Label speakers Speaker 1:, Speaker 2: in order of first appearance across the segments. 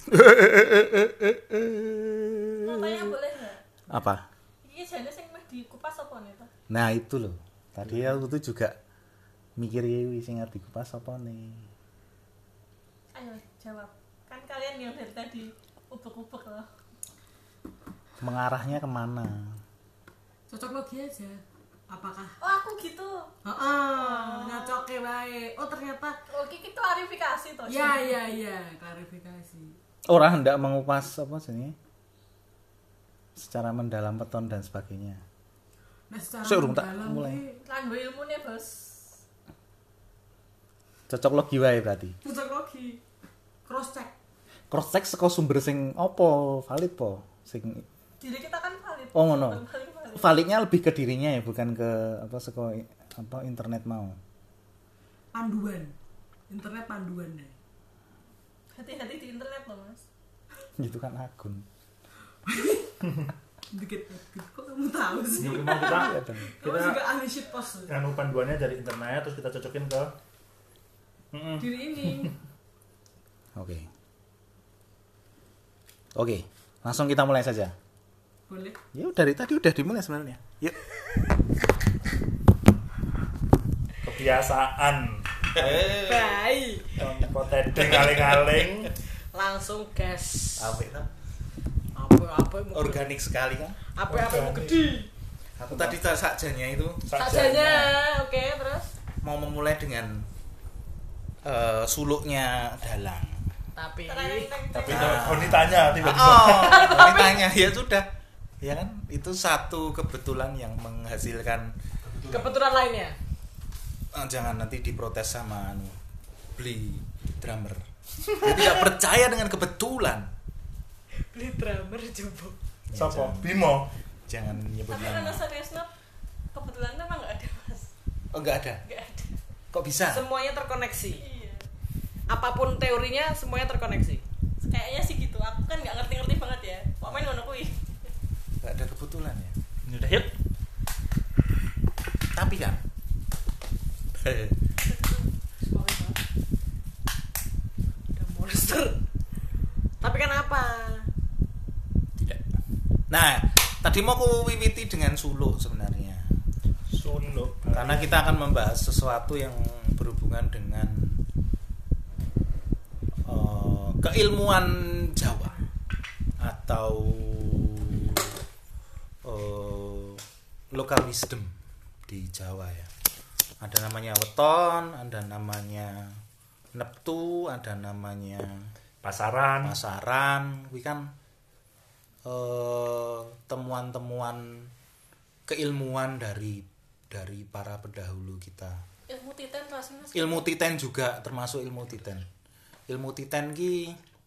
Speaker 1: Mau tanya boleh nggak?
Speaker 2: Apa?
Speaker 1: Ini jane sing meh dikupas apa nih toh?
Speaker 2: Nah itu loh. Tadi aku tuh juga mikir sing arep dikupas apa nih.
Speaker 1: Ayo jawab. Kan kalian yang dari tadi ubek-ubek loh.
Speaker 2: Mengarahnya kemana?
Speaker 3: Cocok logi aja. Apakah?
Speaker 1: Oh aku gitu.
Speaker 3: Nyocoke wae. Oh ternyata.
Speaker 1: Oh iki klarifikasi toh.
Speaker 3: Ya, klarifikasi.
Speaker 2: Orang hendak mengupas apa sih? Secara mendalam peton dan sebagainya.
Speaker 3: Nah, secara
Speaker 2: Saya urung tak
Speaker 3: mendalam
Speaker 2: mulai.
Speaker 3: kuwi
Speaker 1: Lan ilmune bos.
Speaker 2: Cocok logi wae berarti.
Speaker 3: cocok logi. Cross check.
Speaker 2: Cross check saka sumber sing apa? Valid po? Sing
Speaker 1: Diri kita kan valid.
Speaker 2: oh ngono.
Speaker 1: Paling valid.
Speaker 2: Validnya lebih ke dirinya ya, bukan ke apa saka apa internet mau.
Speaker 3: Panduan. Internet panduan deh.
Speaker 1: Hati-hati di internet loh mas.
Speaker 2: Itu kan akun.
Speaker 3: Dikit. Kok kamu tahu sih?
Speaker 4: Ini mau kita
Speaker 3: Kamu juga ahli shitpost.
Speaker 4: anu panduannya dari internet terus kita cocokin ke
Speaker 3: Diri ini.
Speaker 2: Oke, langsung kita mulai saja.
Speaker 3: Boleh.
Speaker 2: Yuk dari tadi udah dimulai sebenarnya. Yuk.
Speaker 4: kebiasaan.
Speaker 3: Baik.
Speaker 4: Potedeng aling-aling.
Speaker 3: Langsung gas.
Speaker 2: Apa itu?
Speaker 3: Apa
Speaker 2: Organik sekali kan?
Speaker 3: Apa mau gede?
Speaker 2: Aku tadi sajanya itu
Speaker 3: Sajanya. Oke, terus.
Speaker 2: mau memulai dengan suluknya dalang.
Speaker 3: Tapi
Speaker 4: Tapi wanitanya tiba-tiba.
Speaker 2: Wanitanya ya sudah. Ya kan? Itu satu kebetulan yang menghasilkan
Speaker 3: kebetulan lainnya.
Speaker 2: jangan nanti diprotes sama beli drummer. Dia tidak percaya dengan kebetulan.
Speaker 3: Beli drummer coba.
Speaker 4: Sopo? Bimo.
Speaker 2: Jangan nyebut
Speaker 1: Tapi karena
Speaker 2: nama.
Speaker 1: serius Nop, kebetulan memang nggak ada mas.
Speaker 2: Oh enggak ada.
Speaker 1: Nggak ada.
Speaker 2: Kok bisa?
Speaker 3: Semuanya terkoneksi.
Speaker 1: Iya.
Speaker 3: Apapun teorinya semuanya terkoneksi.
Speaker 1: Kayaknya sih gitu. Aku kan nggak ngerti-ngerti banget ya. Kok main ngono kuwi.
Speaker 2: Enggak ada kebetulan ya.
Speaker 4: Ini udah hit.
Speaker 2: Tapi kan
Speaker 3: Udah monster. Tapi kan apa?
Speaker 2: tidak. Nah, tadi mau aku wiwiti dengan suluk sebenarnya.
Speaker 4: Suluk.
Speaker 2: Karena kita akan membahas sesuatu yang berhubungan dengan keilmuan Jawa atau local wisdom di Jawa ya. Ada namanya weton, ada namanya neptu, ada namanya
Speaker 4: pasaran.
Speaker 2: kuwi kan temuan-temuan keilmuan dari para pendahulu kita.
Speaker 1: Ilmu titen rasanya.
Speaker 2: Ilmu titen juga termasuk ilmu titen. Ilmu titen ki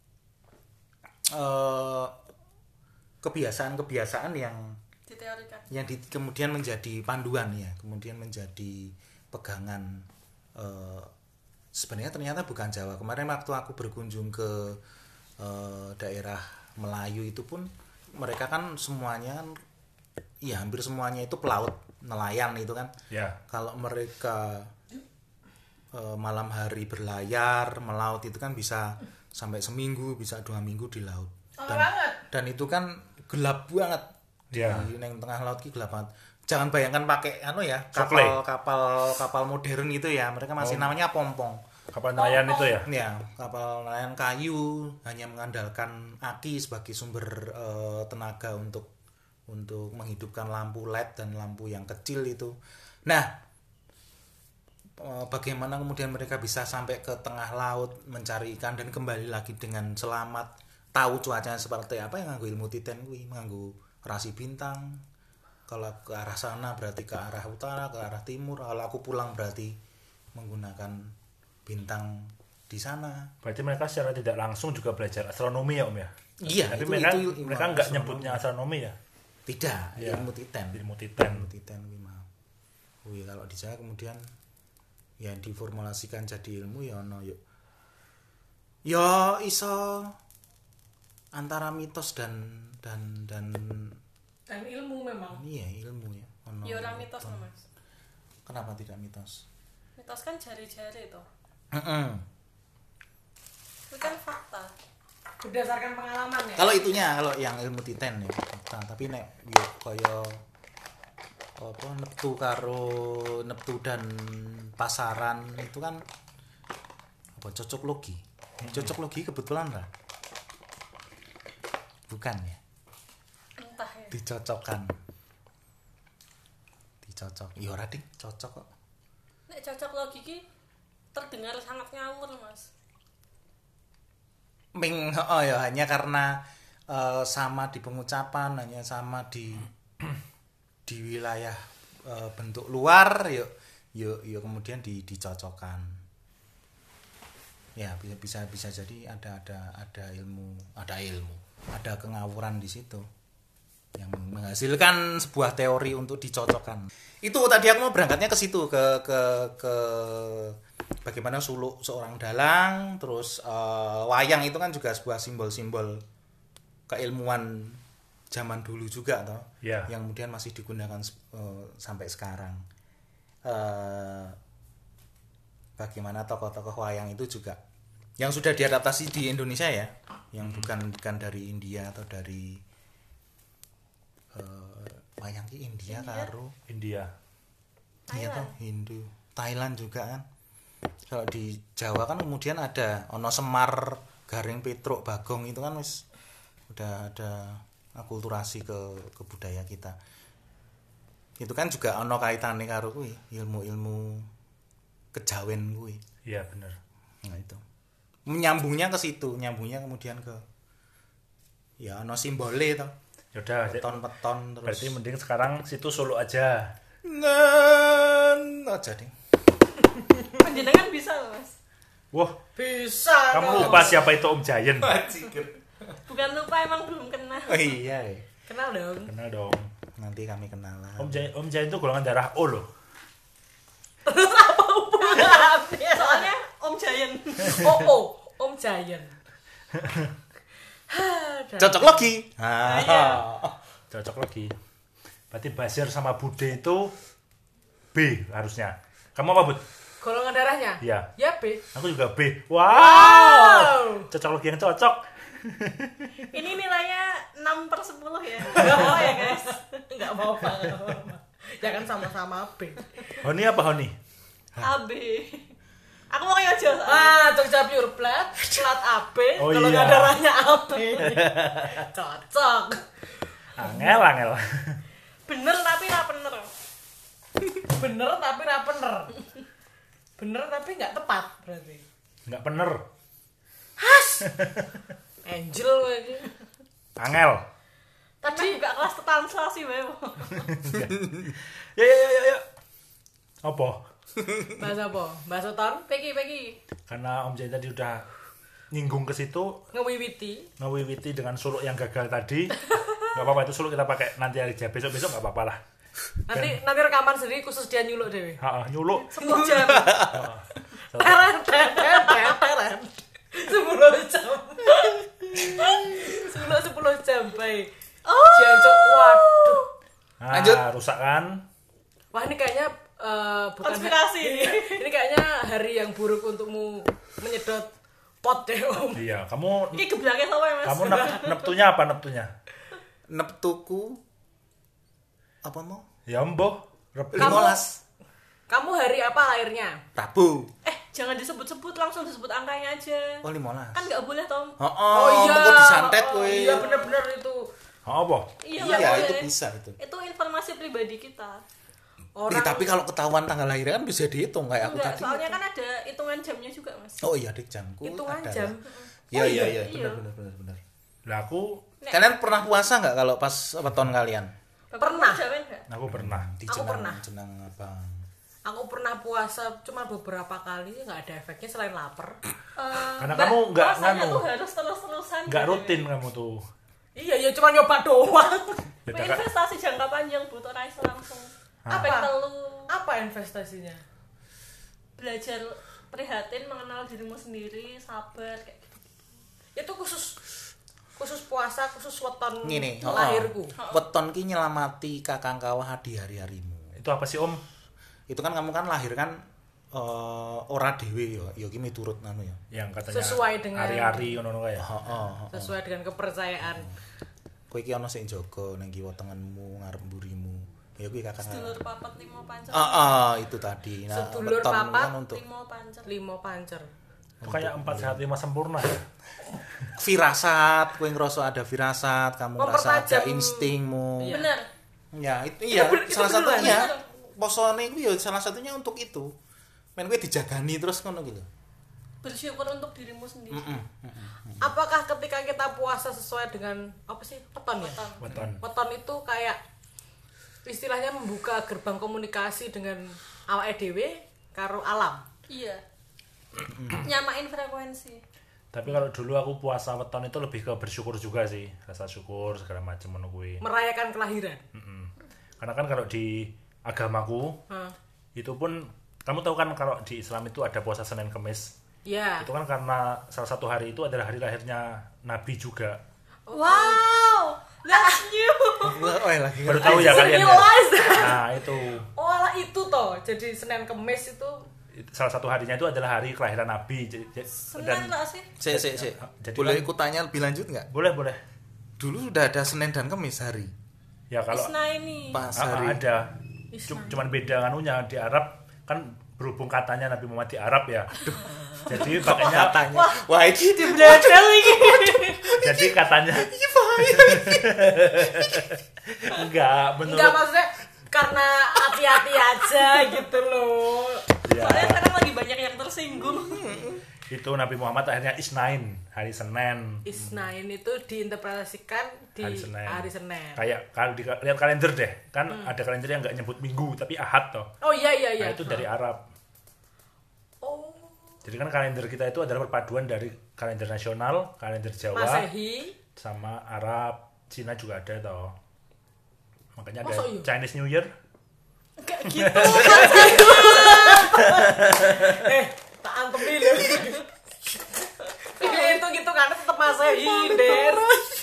Speaker 2: kebiasaan-kebiasaan yang
Speaker 1: Diteorikan.
Speaker 2: kemudian menjadi panduan ya, kemudian menjadi pegangan. Sebenarnya ternyata bukan Jawa. Kemarin waktu aku berkunjung ke daerah Melayu itu pun mereka kan semuanya ya hampir semuanya itu pelaut, nelayan itu kan.
Speaker 4: Ya.
Speaker 2: Kalau mereka malam hari berlayar melaut itu kan bisa sampai seminggu, bisa 2 minggu di laut. Dan itu kan gelap banget.
Speaker 4: Ya.
Speaker 2: Di neng tengah laut ki gelap banget. Jangan bayangkan pakai
Speaker 4: Sopley.
Speaker 2: kapal modern gitu ya. Mereka masih namanya pompong.
Speaker 4: Kapal nelayan itu ya.
Speaker 2: Ya, kapal nelayan kayu hanya mengandalkan aki sebagai sumber tenaga untuk menghidupkan lampu LED dan lampu yang kecil itu. Nah, bagaimana kemudian mereka bisa sampai ke tengah laut mencari ikan dan kembali lagi dengan selamat, tahu cuacanya seperti apa, yang nganggo ilmu titen kuwi, nganggo rasi bintang. Kalau ke arah sana berarti ke arah utara, ke arah timur. Kalau aku pulang berarti menggunakan bintang di sana.
Speaker 4: Berarti mereka secara tidak langsung juga belajar astronomi ya Om ya.
Speaker 2: Iya,
Speaker 4: Tapi
Speaker 2: itu
Speaker 4: mereka nggak nyebutnya astronomi ya.
Speaker 2: tidak,
Speaker 4: Ya.
Speaker 2: ilmu titen.
Speaker 4: Ilmu titen.
Speaker 2: Ilmu titen kuwi mau. Kuwi kalau di Jawa kemudian ya diformulasikan jadi ilmu ya ono yuk. Ya iso antara mitos dan
Speaker 3: ilmu memang.
Speaker 2: iya ilmu ya. Ono.
Speaker 1: Ya orang mitos loh mas.
Speaker 2: Kenapa tidak mitos?
Speaker 1: Mitos kan jari-jari itu.
Speaker 2: Heeh.
Speaker 1: Itu kan fakta.
Speaker 3: berdasarkan pengalaman ya.
Speaker 2: Kalau itunya, kalau yang ilmu titen ya. Nah, tapi nek yo kaya apa neptu dan pasaran itu kan apa cocok logi. Cocok logi kebetulan lah. Bukan ya.
Speaker 1: Entah ya.
Speaker 2: Dicocokkan. Dicocok. Ya ora ding, cocok kok.
Speaker 1: Nek cocok logi ki terdengar sangat ngawur, Mas.
Speaker 2: Oh ya hanya karena sama di pengucapan, hanya sama di wilayah bentuk luar, yuk kemudian dicocokkan. Ya bisa jadi ada ilmu, ada kengawuran di situ yang menghasilkan sebuah teori untuk dicocokkan. Itu tadi aku mau berangkatnya ke situ ke bagaimana suluk seorang dalang, terus wayang itu kan juga sebuah simbol-simbol keilmuan zaman dulu juga toh,
Speaker 4: Yeah.
Speaker 2: yang kemudian masih digunakan sampai sekarang. Bagaimana tokoh-tokoh wayang itu juga yang sudah diadaptasi di Indonesia ya, yang bukan dari India atau dari wayang ki India karo
Speaker 4: India.
Speaker 2: iya toh Hindu, Thailand juga kan. Kalau di Jawa kan kemudian ada ono Semar, Garing Petruk, Bagong itu kan wis udah ada akulturasi ke budaya kita. Itu kan juga ono kaitane karo kuwi, ilmu-ilmu kejawen kuwi.
Speaker 4: Iya benar.
Speaker 2: Nah itu. Menyambungnya ke situ, nyambungnya kemudian ke ya ono simbole toh.
Speaker 4: Yaudah,
Speaker 2: Peton-peton terus.
Speaker 4: berarti mending sekarang situ Solo aja.
Speaker 2: Aja ding.
Speaker 1: Panjenengan bisa, Mas.
Speaker 4: Wah,
Speaker 3: Bisa.
Speaker 4: kamu lupa siapa itu Om Jayen?
Speaker 1: Bukan lupa, emang belum kenal.
Speaker 2: Oh iya.
Speaker 3: Kenal dong.
Speaker 4: Kenal dong.
Speaker 2: Nanti kami kenalan.
Speaker 4: Om Jayen itu golongan darah O loh.
Speaker 1: Soalnya Om Jayen.
Speaker 3: Om Jayen.
Speaker 2: Cocok logi.
Speaker 4: Cocok lagi. Berarti Basir sama Bude itu B harusnya. Kamu apa, Bud?
Speaker 3: Golongan darahnya?
Speaker 4: Iya.
Speaker 3: Ya B.
Speaker 4: Aku juga B. Wow. Cocok lagi yang cocok.
Speaker 1: Ini nilainya 6/10 ya. Enggak apa ya, guys.
Speaker 3: Enggak apa-apa. Ya kan sama-sama B.
Speaker 4: Honi apa Honi?
Speaker 1: AB. Aku mau kayak aja.
Speaker 3: Jogja Pure Blood, plat AB,
Speaker 4: Oh,
Speaker 3: golongan
Speaker 4: iya.
Speaker 3: darahnya AB. Cocok.
Speaker 4: Angel.
Speaker 1: Bener tapi ra bener.
Speaker 3: Bener tapi ra bener. Bener tapi nggak tepat berarti.
Speaker 4: Enggak bener.
Speaker 3: Angel lagi.
Speaker 4: Angel.
Speaker 1: Tadi juga kelas translasi wae.
Speaker 4: Ya. Apa?
Speaker 3: Bahasa apa? Bahasa ton?
Speaker 1: Pegi.
Speaker 4: Karena Om Jayen tadi udah nyinggung ke situ,
Speaker 3: Ngewiwiti.
Speaker 4: ngewiwiti dengan suluk yang gagal tadi. Enggak apa-apa, itu suluk kita pakai nanti aja. Besok enggak apa-apa lah.
Speaker 3: Nanti rekaman sendiri khusus dia nyuluk dewe.
Speaker 4: Nyuluk.
Speaker 3: 10 jam.
Speaker 4: Heeh.
Speaker 3: Teren. 10 jam. Suluk 10 jam, baik. Jancuk, waduh.
Speaker 2: Lanjut.
Speaker 4: Rusak kan?
Speaker 3: Wah, ini kayaknya bukan
Speaker 1: Konspirasi.
Speaker 3: Ini kayaknya hari yang buruk untukmu menyedot pot deh, Om.
Speaker 4: Iya, kamu
Speaker 1: Iki geblake sapa ya, Mas?
Speaker 4: kamu neptunya apa neptunya?
Speaker 2: Neptuku apa mau?
Speaker 4: Ya Mbah, Rebo.
Speaker 2: 15
Speaker 3: Kamu hari apa lahirnya?
Speaker 2: Rabu.
Speaker 1: Jangan disebut-sebut, langsung disebut angkanya aja.
Speaker 2: Oh 15.
Speaker 1: Kan nggak boleh, Tom.
Speaker 2: Kok disantet kowe.
Speaker 3: Iya, bener-bener itu.
Speaker 4: Apa?
Speaker 1: Iya,
Speaker 2: Iya,
Speaker 1: nggak
Speaker 2: itu
Speaker 1: boleh.
Speaker 2: bisa itu.
Speaker 1: Itu informasi pribadi kita.
Speaker 2: Ih, tapi kalau ketahuan tanggal lahirnya kan bisa dihitung kayak aku
Speaker 1: Enggak,
Speaker 2: tadi.
Speaker 1: soalnya kan ada hitungan jamnya juga, Mas.
Speaker 2: Oh iya, Dik jamku.
Speaker 3: Hitungan
Speaker 2: ada
Speaker 3: jam.
Speaker 2: lah. Iya,
Speaker 1: iya.
Speaker 2: benar.
Speaker 4: Lah aku
Speaker 2: Kalian pernah puasa nggak kalau pas weton kalian?
Speaker 3: Pernah.
Speaker 1: Jawain enggak?
Speaker 4: aku pernah.
Speaker 2: Di
Speaker 3: Aku
Speaker 2: jenang,
Speaker 3: pernah.
Speaker 2: jenang apa?
Speaker 3: Aku pernah puasa cuma beberapa kali, nggak ada efeknya selain lapar.
Speaker 4: Karena
Speaker 1: Mbak,
Speaker 4: kamu nggak
Speaker 1: puasanya
Speaker 4: nganu.
Speaker 1: tuh harus terus-terusan.
Speaker 4: Enggak
Speaker 1: gitu.
Speaker 4: rutin kamu tuh.
Speaker 3: Iya, ya cuma nyoba doang.
Speaker 4: Beda kan?
Speaker 1: Investasi jangka panjang butuh iso langsung.
Speaker 3: Apa?
Speaker 1: Telu
Speaker 3: Apa investasinya?
Speaker 1: belajar prihatin, mengenal dirimu sendiri, sabar kayak gitu.
Speaker 3: Itu khusus puasa, khusus weton
Speaker 2: Ngene,
Speaker 3: lahirku.
Speaker 2: Weton ki nyelamati kakang kawah di hari-harimu.
Speaker 4: Itu apa sih Om?
Speaker 2: Itu kan kamu kan lahir kan ora dhewe ya iki miturut anu ya.
Speaker 4: Yang katanya
Speaker 3: Sesuai dengan-
Speaker 4: hari-hari ngono kae.
Speaker 2: Heeh.
Speaker 3: Sesuai dengan kepercayaan.
Speaker 2: Kowe iki ana sing jaga ning kiwa tengenmu ngarep mburimu. Ya kuwi kakak.
Speaker 1: Sedulur papat limo pancer.
Speaker 2: Itu tadi.
Speaker 3: Sedulur
Speaker 2: weton
Speaker 3: papat,
Speaker 2: kan untuk
Speaker 1: Limo pancer.
Speaker 3: 5 pancer.
Speaker 4: Itu kayak 4 sehat 5 sempurna ya.
Speaker 2: firasat, kowe ngerasa ada firasat, kamu ngerasa ada
Speaker 3: Mempertajam-
Speaker 2: instingmu.
Speaker 3: Iya.
Speaker 1: Bener.
Speaker 2: Ya, itu iya
Speaker 3: itu
Speaker 2: salah
Speaker 3: beneran.
Speaker 2: satunya. Posone kuwi ya salah satunya untuk itu. Men kowe dijagani terus ngono gitu.
Speaker 1: Bersyukur untuk dirimu sendiri.
Speaker 3: Apakah ketika kita puasa sesuai dengan apa sih? Weton ya?
Speaker 4: Weton.
Speaker 3: Weton itu kayak istilahnya membuka gerbang komunikasi dengan awake dhewe karo alam.
Speaker 1: Iya. Nyamain frekuensi.
Speaker 4: Tapi kalau dulu aku puasa weton itu lebih ke bersyukur juga sih, rasa syukur segala macam ngono kuwi.
Speaker 3: Merayakan kelahiran.
Speaker 4: Karena kan kalau di agamaku itu pun kamu tahu kan kalau di Islam itu ada puasa Senin Kemis.
Speaker 3: Ya.
Speaker 4: Itu kan karena salah satu hari itu adalah hari lahirnya Nabi juga.
Speaker 1: Wow, that's new.
Speaker 2: Oh, lagi.
Speaker 4: Baru tahu ya kalian ya.
Speaker 3: Realize.
Speaker 4: Nah, itu
Speaker 3: Oh alah itu toh. Jadi Senin Kemis itu
Speaker 4: salah satu harinya itu adalah hari kelahiran Nabi.
Speaker 1: Senang gak sih?
Speaker 2: Sik.
Speaker 4: Jadi
Speaker 2: Boleh
Speaker 4: kan-
Speaker 2: ikut tanya lebih lanjut enggak?
Speaker 4: boleh.
Speaker 2: Dulu sudah ada Senin dan Kamis hari.
Speaker 4: Ya kalau
Speaker 1: Isna ini.
Speaker 2: Pas hari.
Speaker 4: ada.
Speaker 1: Isna.
Speaker 4: Cuman beda anunya di Arab kan berhubung katanya Nabi Muhammad di Arab ya. Jadi makanya
Speaker 2: Katanya. Wah, ini
Speaker 3: belajar lagi.
Speaker 4: jadi katanya enggak menurut
Speaker 3: Enggak maksudnya karena hati-hati aja gitu loh.
Speaker 4: ya,
Speaker 1: Soalnya sekarang lagi banyak yang tersinggung.
Speaker 4: itu Nabi Muhammad akhirnya Isnain hari Senin.
Speaker 3: Isnain itu diinterpretasikan di
Speaker 4: Hari Senin.
Speaker 3: Senin.
Speaker 4: Kayak kalau lihat kalender deh, kan ada kalender yang nggak nyebut minggu tapi Ahad toh.
Speaker 3: Oh iya.
Speaker 4: Nah, itu dari Arab.
Speaker 3: Oh,
Speaker 4: Jadi kan kalender kita itu adalah perpaduan dari kalender nasional, kalender Jawa,
Speaker 3: Masehi.
Speaker 4: sama Arab, Cina juga ada toh. Makanya ada
Speaker 3: Masa iya?
Speaker 4: Chinese New Year.
Speaker 3: Kayak gitu. Tak antemi lho. Itu gitu kan tetap Masehi, Der.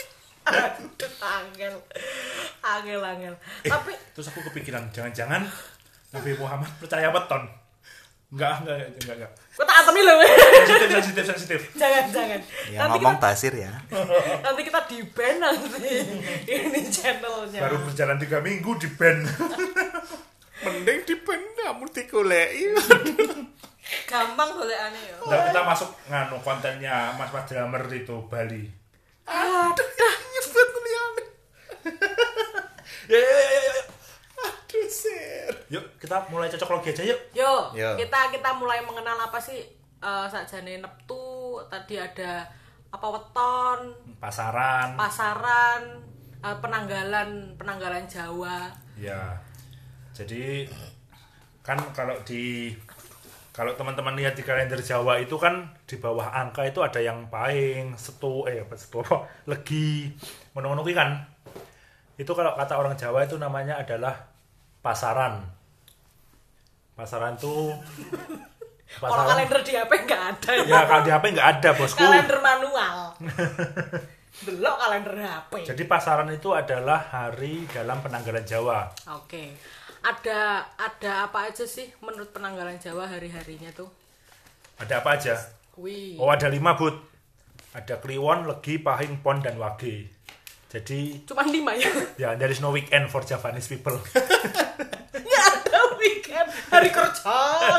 Speaker 3: Aduh, angel. Tapi
Speaker 4: Terus aku kepikiran, jangan-jangan Nabi Muhammad percaya weton. Enggak.
Speaker 3: kok tak antemi lho.
Speaker 4: Sensitif.
Speaker 3: Jangan.
Speaker 2: Ya
Speaker 3: Nanti
Speaker 2: ngomong basir ya.
Speaker 3: nanti kita di-ban nanti. Ini channelnya.
Speaker 4: Baru berjalan 3 minggu di ban.
Speaker 2: Mending di-ban kamu digoleki.
Speaker 1: Gampang boleh aneh ya.
Speaker 4: Nah, kita masuk nganu kontennya Mas Drummer itu Bali.
Speaker 2: Nyebut liane. Ya. Aduh, sir.
Speaker 4: Yuk, kita mulai cocok logi aja yuk.
Speaker 3: Yo,
Speaker 2: Yo.
Speaker 3: kita mulai mengenal apa sih sakjane neptu, tadi ada apa weton,
Speaker 4: Pasaran.
Speaker 3: pasaran, penanggalan Jawa.
Speaker 4: Ya. Jadi kan kalau teman-teman lihat di kalender Jawa itu kan di bawah angka itu ada yang pahing, legi, ngono-ngono kuwi kan. Itu kalau kata orang Jawa itu namanya adalah pasaran. Pasaran tuh
Speaker 3: Kalau kalender di HP nggak ada
Speaker 4: Ya kalau di HP nggak ada bosku.
Speaker 3: Kalender manual. Delok kalender HP.
Speaker 4: Jadi pasaran itu adalah hari dalam penanggalan Jawa.
Speaker 3: Oke. Ada apa aja sih menurut penanggalan Jawa hari-harinya tuh?
Speaker 4: Ada apa aja?
Speaker 3: Wih.
Speaker 4: Oh ada 5 bud. Ada Kliwon, Legi, Pahing, Pon, dan Wage. Jadi
Speaker 3: Cuman 5 ya?
Speaker 4: ya there is no weekend for Javanese people.
Speaker 3: Nggak ada weekend. Hari kerja.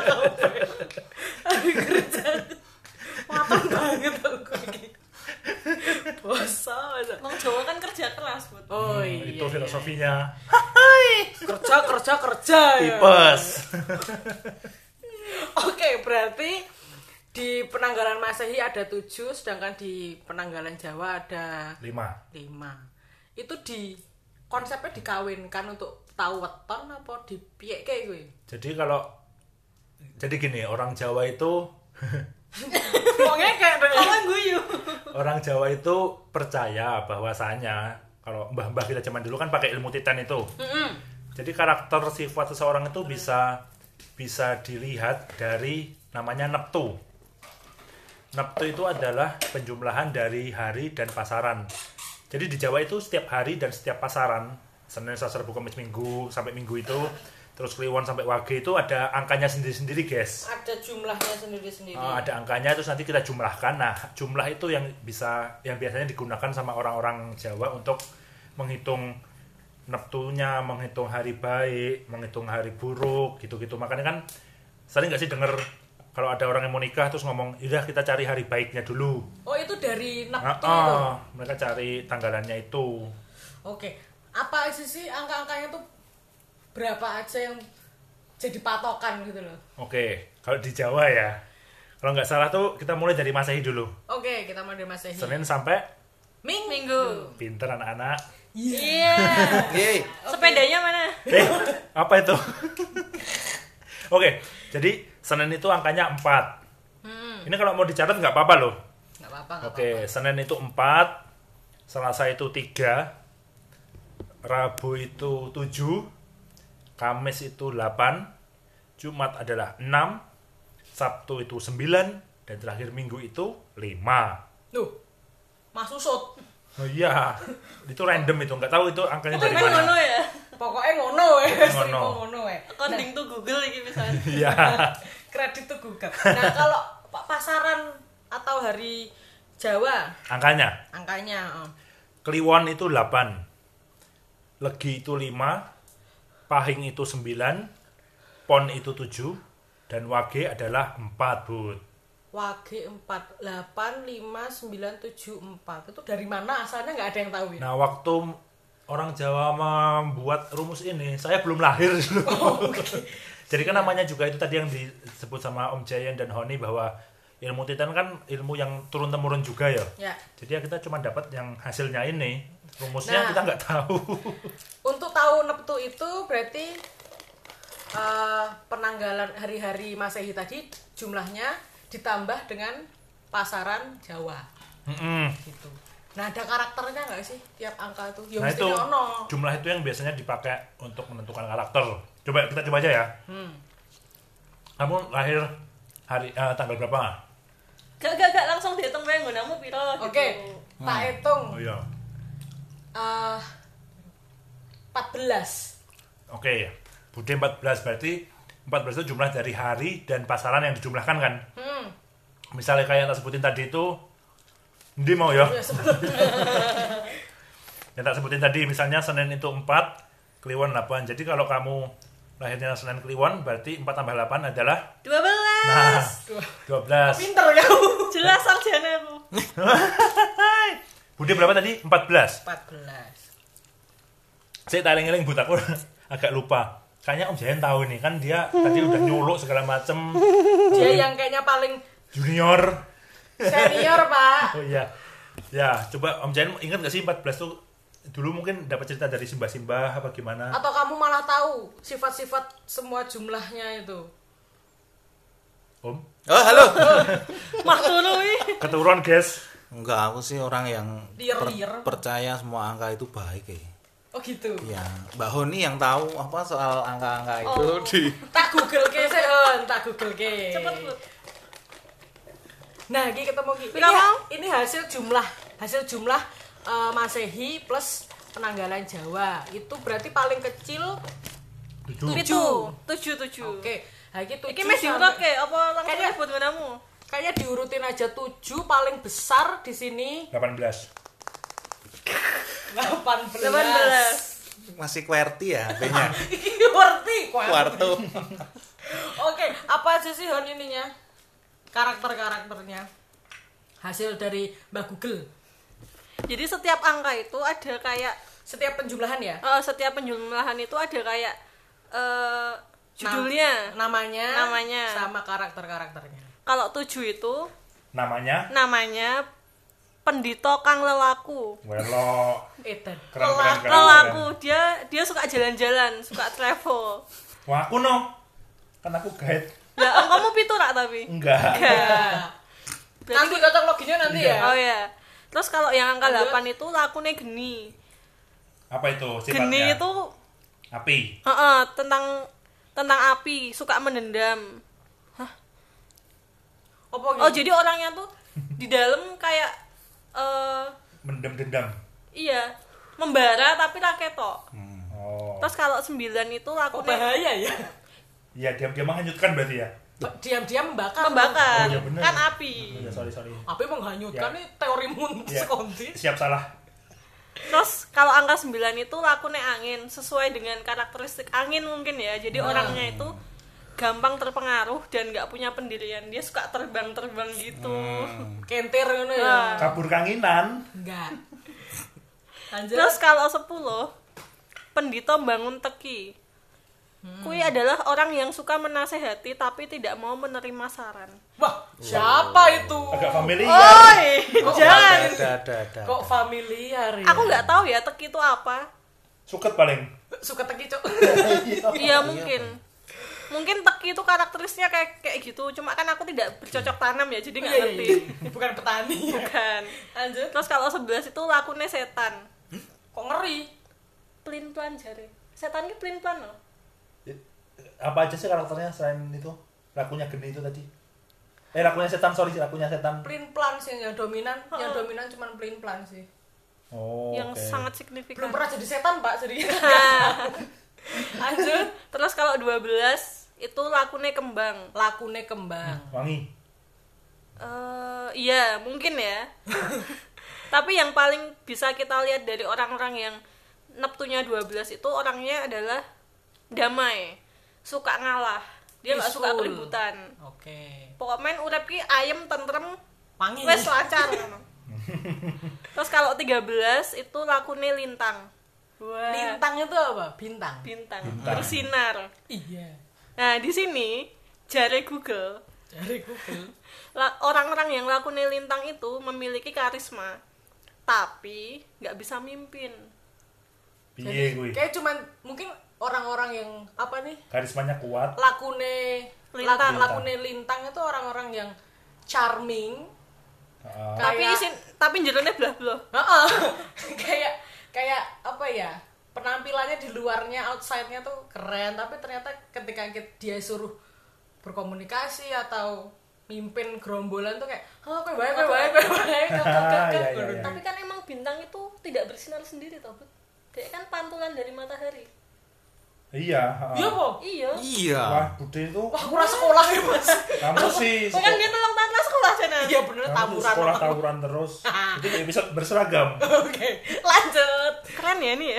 Speaker 3: Hari kerja. Matang banget aku ini. Bosan.
Speaker 1: Wong Jawa kan kerja keras, Bud.
Speaker 3: Oh iya.
Speaker 4: Itu filosofinya.
Speaker 3: Kerja ya.
Speaker 4: Tipes.
Speaker 3: Oke, berarti di penanggalan Masehi ada 7, sedangkan di penanggalan Jawa ada
Speaker 4: 5.
Speaker 3: 5. Itu di konsepnya dikawinkan untuk tahu weton apa dipiyeke kuwi?
Speaker 4: Jadi gini, orang Jawa itu
Speaker 3: Wongnya kayak
Speaker 1: Kawan guyu.
Speaker 4: orang Jawa itu percaya bahwasanya kalau mbah-mbah kita zaman dulu kan pakai ilmu titan itu. Jadi karakter sifat seseorang itu bisa dilihat dari namanya neptu. Neptu itu adalah penjumlahan dari hari dan pasaran. Jadi di Jawa itu setiap hari dan setiap pasaran, Senin, Selasa, Rabu, Kamis, Minggu sampai Minggu itu terus Kliwon sampai Wage itu ada angkanya sendiri-sendiri, guys.
Speaker 3: Ada jumlahnya sendiri-sendiri.
Speaker 4: Ada angkanya, terus nanti kita jumlahkan. Nah, jumlah itu yang biasanya digunakan sama orang-orang Jawa untuk menghitung neptunya, menghitung hari baik, menghitung hari buruk, gitu-gitu. Makanya kan sering nggak sih denger kalau ada orang yang mau nikah terus ngomong, "Udah kita cari hari baiknya dulu."
Speaker 3: Oh, itu dari neptu itu.
Speaker 4: Mereka cari tanggalannya itu.
Speaker 3: Oke. Apa sih angka-angkanya tuh berapa aja yang jadi patokan gitu loh?
Speaker 4: Oke, kalau di Jawa ya, kalau nggak salah tuh kita mulai dari Masehi dulu.
Speaker 3: Oke, kita mulai dari Masehi.
Speaker 4: Senin sampai
Speaker 3: Minggu.
Speaker 4: Pinter anak-anak.
Speaker 1: Iya.
Speaker 2: Yeay.
Speaker 1: Sepedanya mana?
Speaker 4: Apa itu? Oke, jadi Senin itu angkanya 4. Ini kalau mau dicatat nggak apa-apa loh.
Speaker 3: Nggak apa-apa.
Speaker 4: Oke, Senin itu 4, Selasa itu 3, Rabu itu 7, Kamis itu 8, Jumat adalah 6, Sabtu itu 9, dan terakhir Minggu itu 5.
Speaker 3: Duh, Mas Usut.
Speaker 4: Oh iya, itu random itu, nggak tahu itu angkanya dari
Speaker 1: Pokoknya
Speaker 4: mana.
Speaker 1: ngono ya.
Speaker 3: Pokoknya ngono ya.
Speaker 4: Ngono.
Speaker 3: Ngono ya.
Speaker 1: Accounting tuh Google iki misalnya.
Speaker 4: Iya.
Speaker 3: Kredit tuh Google. Nah, kalau pasaran atau hari Jawa,
Speaker 4: Angkanya,
Speaker 3: angkanya
Speaker 4: Kliwon itu 8, Legi itu 5, Pahing itu 9, Pon itu 7, dan Wage adalah 4, Bud.
Speaker 3: Wage 4, 8, 5, 9, 7, 4. Itu dari mana asalnya nggak ada yang tahu ya?
Speaker 4: Nah, waktu orang Jawa membuat rumus ini, saya belum lahir dulu. Jadi kan namanya juga itu tadi yang disebut sama Om Jayan dan Honi bahwa ilmu titan kan ilmu yang turun-temurun juga ya.
Speaker 3: Ya.
Speaker 4: Jadi ya kita cuma dapat yang hasilnya ini. Rumusnya kita nggak tahu.
Speaker 3: Untuk tahu neptu itu berarti penanggalan hari-hari Masehi tadi jumlahnya ditambah dengan pasaran Jawa. Gitu. Nah, ada karakternya nggak sih tiap angka itu? Ya,
Speaker 4: Nah
Speaker 3: mesti
Speaker 4: itu
Speaker 3: ono.
Speaker 4: jumlah itu yang biasanya dipakai untuk menentukan karakter. Kita coba aja ya. Kamu lahir hari tanggal berapa?
Speaker 1: Gak langsung dihitung wae nggonamu piro gitu.
Speaker 3: Oke, tak hitung.
Speaker 4: Oh iya.
Speaker 3: 14.
Speaker 4: Oke, Bude 14 berarti 14 itu jumlah dari hari dan pasaran yang dijumlahkan kan? Misalnya kayak yang tak sebutin tadi itu, Ndi mau ya? Yang tak sebutin tadi misalnya Senin itu 4, Kliwon 8. Jadi kalau kamu lahirnya Senin Kliwon berarti 4 tambah 8 adalah
Speaker 1: 12.
Speaker 4: nah 12.
Speaker 3: Pinter kamu.
Speaker 1: Jelas sarjana aku.
Speaker 4: Bude berapa tadi? 14.
Speaker 3: 14.
Speaker 4: Saya taring-eling but aku agak lupa. Kayaknya Om Jayan tahu nih kan dia tadi udah nyolok segala macem.
Speaker 3: Dia yang kayaknya paling
Speaker 4: Junior.
Speaker 3: senior, Pak.
Speaker 4: Oh iya. Ya, coba Om Jayan ingat gak sih 14 tuh dulu mungkin dapat cerita dari simbah-simbah apa gimana?
Speaker 3: Atau kamu malah tahu sifat-sifat semua jumlahnya itu?
Speaker 4: Om?
Speaker 2: Oh, halo.
Speaker 1: Mah turu wi.
Speaker 4: Keturunan, guys.
Speaker 2: Enggak, aku sih orang yang
Speaker 3: Liar-liar.
Speaker 2: percaya semua angka itu baik ya.
Speaker 3: Oh gitu.
Speaker 2: Ya, Mbak Honi yang tahu apa soal angka-angka itu di
Speaker 3: Tak Google ke sih, tak Google ke.
Speaker 1: Cepet, Bu.
Speaker 3: Nah, iki ketemu iki.
Speaker 1: Pira mau?
Speaker 3: Ini hasil jumlah Masehi plus penanggalan Jawa. Itu berarti paling kecil
Speaker 4: 7.
Speaker 1: 7.
Speaker 3: Oke. Nah, iki 7
Speaker 1: Iki mes diurut ke apa langsung
Speaker 3: Kayaknya-
Speaker 1: nyebut nggonamu?
Speaker 3: Kayaknya diurutin aja 7 paling besar di sini
Speaker 4: 18.
Speaker 3: 18.
Speaker 2: masih QWERTY ya HP-nya.
Speaker 3: Iki ngerti
Speaker 2: Kuarto.
Speaker 3: Oke, apa aja sih Hon ininya? Karakter-karakternya. Hasil dari Mbak Google.
Speaker 1: Jadi setiap angka itu ada kayak
Speaker 3: Setiap penjumlahan ya?
Speaker 1: setiap penjumlahan itu ada kayak judulnya.
Speaker 3: Namanya
Speaker 1: Namanya.
Speaker 3: sama karakter-karakternya.
Speaker 1: Kalau 7 itu
Speaker 4: Namanya
Speaker 1: namanya Pendito Kang Lelaku.
Speaker 4: Welo.
Speaker 3: Edan.
Speaker 4: Keren.
Speaker 1: Lelaku, dia suka jalan-jalan, suka travel.
Speaker 4: Wah, aku no. Kan aku guide.
Speaker 1: Ya, kamu pitu rak tapi?
Speaker 4: Enggak.
Speaker 3: Ya.
Speaker 1: Berarti
Speaker 3: Nanti kocok loginya nanti ya.
Speaker 1: oh ya. Terus kalau yang angka
Speaker 3: Lanjut.
Speaker 1: 8 itu lakune geni.
Speaker 4: Apa itu sifatnya?
Speaker 1: Geni itu
Speaker 4: api.
Speaker 1: tentang api, suka mendendam.
Speaker 3: Apa gitu?
Speaker 1: Oh, jadi orangnya tuh di dalam kayak
Speaker 4: Mendem dendam.
Speaker 1: iya, membara tapi ra ketok.
Speaker 4: Oh.
Speaker 1: Terus kalau 9 itu
Speaker 3: Kok
Speaker 1: lakunya
Speaker 3: bahaya ya?
Speaker 4: Iya, dia menghanyutkan berarti ya.
Speaker 3: Diam-diam membakar.
Speaker 1: membakar,
Speaker 4: Oh, iya bener.
Speaker 1: kan api.
Speaker 4: Ya, sorry.
Speaker 3: Api menghanyutkan
Speaker 4: Ya.
Speaker 3: nih teorimu
Speaker 4: Ya.
Speaker 3: sekonti.
Speaker 4: Siap salah.
Speaker 1: Terus kalau angka 9 itu lakunya angin, sesuai dengan karakteristik angin mungkin ya. Jadi orangnya itu gampang terpengaruh dan nggak punya pendirian. Dia suka terbang-terbang gitu.
Speaker 3: Kentir ngono
Speaker 1: Nah.
Speaker 3: ya.
Speaker 4: Kabur kanginan.
Speaker 3: Enggak. Lanjut.
Speaker 1: Terus kalau 10 Pendito bangun teki. Kui adalah orang yang suka menasehati tapi tidak mau menerima saran.
Speaker 3: Wah, siapa itu?
Speaker 4: Agak familiar.
Speaker 1: Oi, jangan.
Speaker 2: Ada.
Speaker 3: Kok familiar ya?
Speaker 1: Aku nggak tahu ya teki itu apa.
Speaker 4: Suket paling.
Speaker 3: suka teki, Cuk.
Speaker 1: Iya mungkin. Mungkin teki itu karakteristiknya kayak gitu. Cuma kan aku tidak bercocok tanam ya, jadi nggak
Speaker 3: Iya,
Speaker 1: ngerti.
Speaker 3: iya. Bukan petani.
Speaker 1: Bukan.
Speaker 3: Lanjut.
Speaker 1: Terus kalau 11 itu lakunya setan.
Speaker 3: Kok ngeri?
Speaker 1: Plin-plan jare. Setan ini plin-plan loh.
Speaker 4: Apa aja sih karakternya selain itu? Lakunya geni itu tadi. Lakunya setan, lakunya setan.
Speaker 3: Plain plan sih yang dominan. Yang dominan cuma plain plan sih.
Speaker 4: Oh,
Speaker 1: Yang
Speaker 4: oke.
Speaker 1: sangat signifikan.
Speaker 3: Belum pernah jadi setan, Pak, serius. Lanjut.
Speaker 1: Terus kalau 12 itu lakunya kembang.
Speaker 3: Lakune kembang.
Speaker 4: Wangi.
Speaker 1: Iya mungkin ya. Tapi yang paling bisa kita lihat dari orang-orang yang neptunya 12 itu orangnya adalah damai, suka ngalah, dia nggak suka
Speaker 3: Peaceful.
Speaker 1: keributan.
Speaker 3: Oke.
Speaker 1: Pokoknya urip ki ayem tentrem
Speaker 3: Wangi.
Speaker 1: wes lancar. Terus kalau 13 itu lakunya lintang. Wah.
Speaker 3: Lintang itu apa? Bintang.
Speaker 1: Bintang.
Speaker 4: Bintang.
Speaker 1: Bersinar.
Speaker 3: Iya.
Speaker 1: Nah di sini jare Google
Speaker 3: Dari Google.
Speaker 1: orang-orang yang lakunya lintang itu memiliki karisma tapi nggak bisa mimpin.
Speaker 4: Piye kuwi?
Speaker 3: Kayak cuman mungkin orang-orang yang apa nih?
Speaker 4: Karismanya kuat.
Speaker 3: Lakune
Speaker 1: Lintang.
Speaker 3: lakune lintang itu orang-orang yang charming.
Speaker 4: Ah,
Speaker 1: Tapi jerone blah-blah.
Speaker 3: Heeh. kayak apa ya? Penampilannya di luarnya, outside-nya tuh keren, tapi ternyata ketika dia suruh berkomunikasi atau mimpin gerombolan tuh kayak, "Oh, kowe bae."
Speaker 4: Iya, iya.
Speaker 1: Tapi kan emang bintang itu tidak bersinar sendiri toh, Bud. Dia kan pantulan dari matahari.
Speaker 4: Iya.
Speaker 3: Iya, Po.
Speaker 1: Iya.
Speaker 2: Iya.
Speaker 4: Wah, Bude itu
Speaker 3: Wah, kurang sekolah ya, Mas.
Speaker 4: kamu sih.
Speaker 1: Kan dia nolong tangga sekolah sana.
Speaker 3: Iya bener,
Speaker 4: Kamu tuh
Speaker 3: taburan.
Speaker 4: sekolah tawuran terus. Itu episode berseragam.
Speaker 3: Oke, lanjut.
Speaker 1: Keren ya ini ya.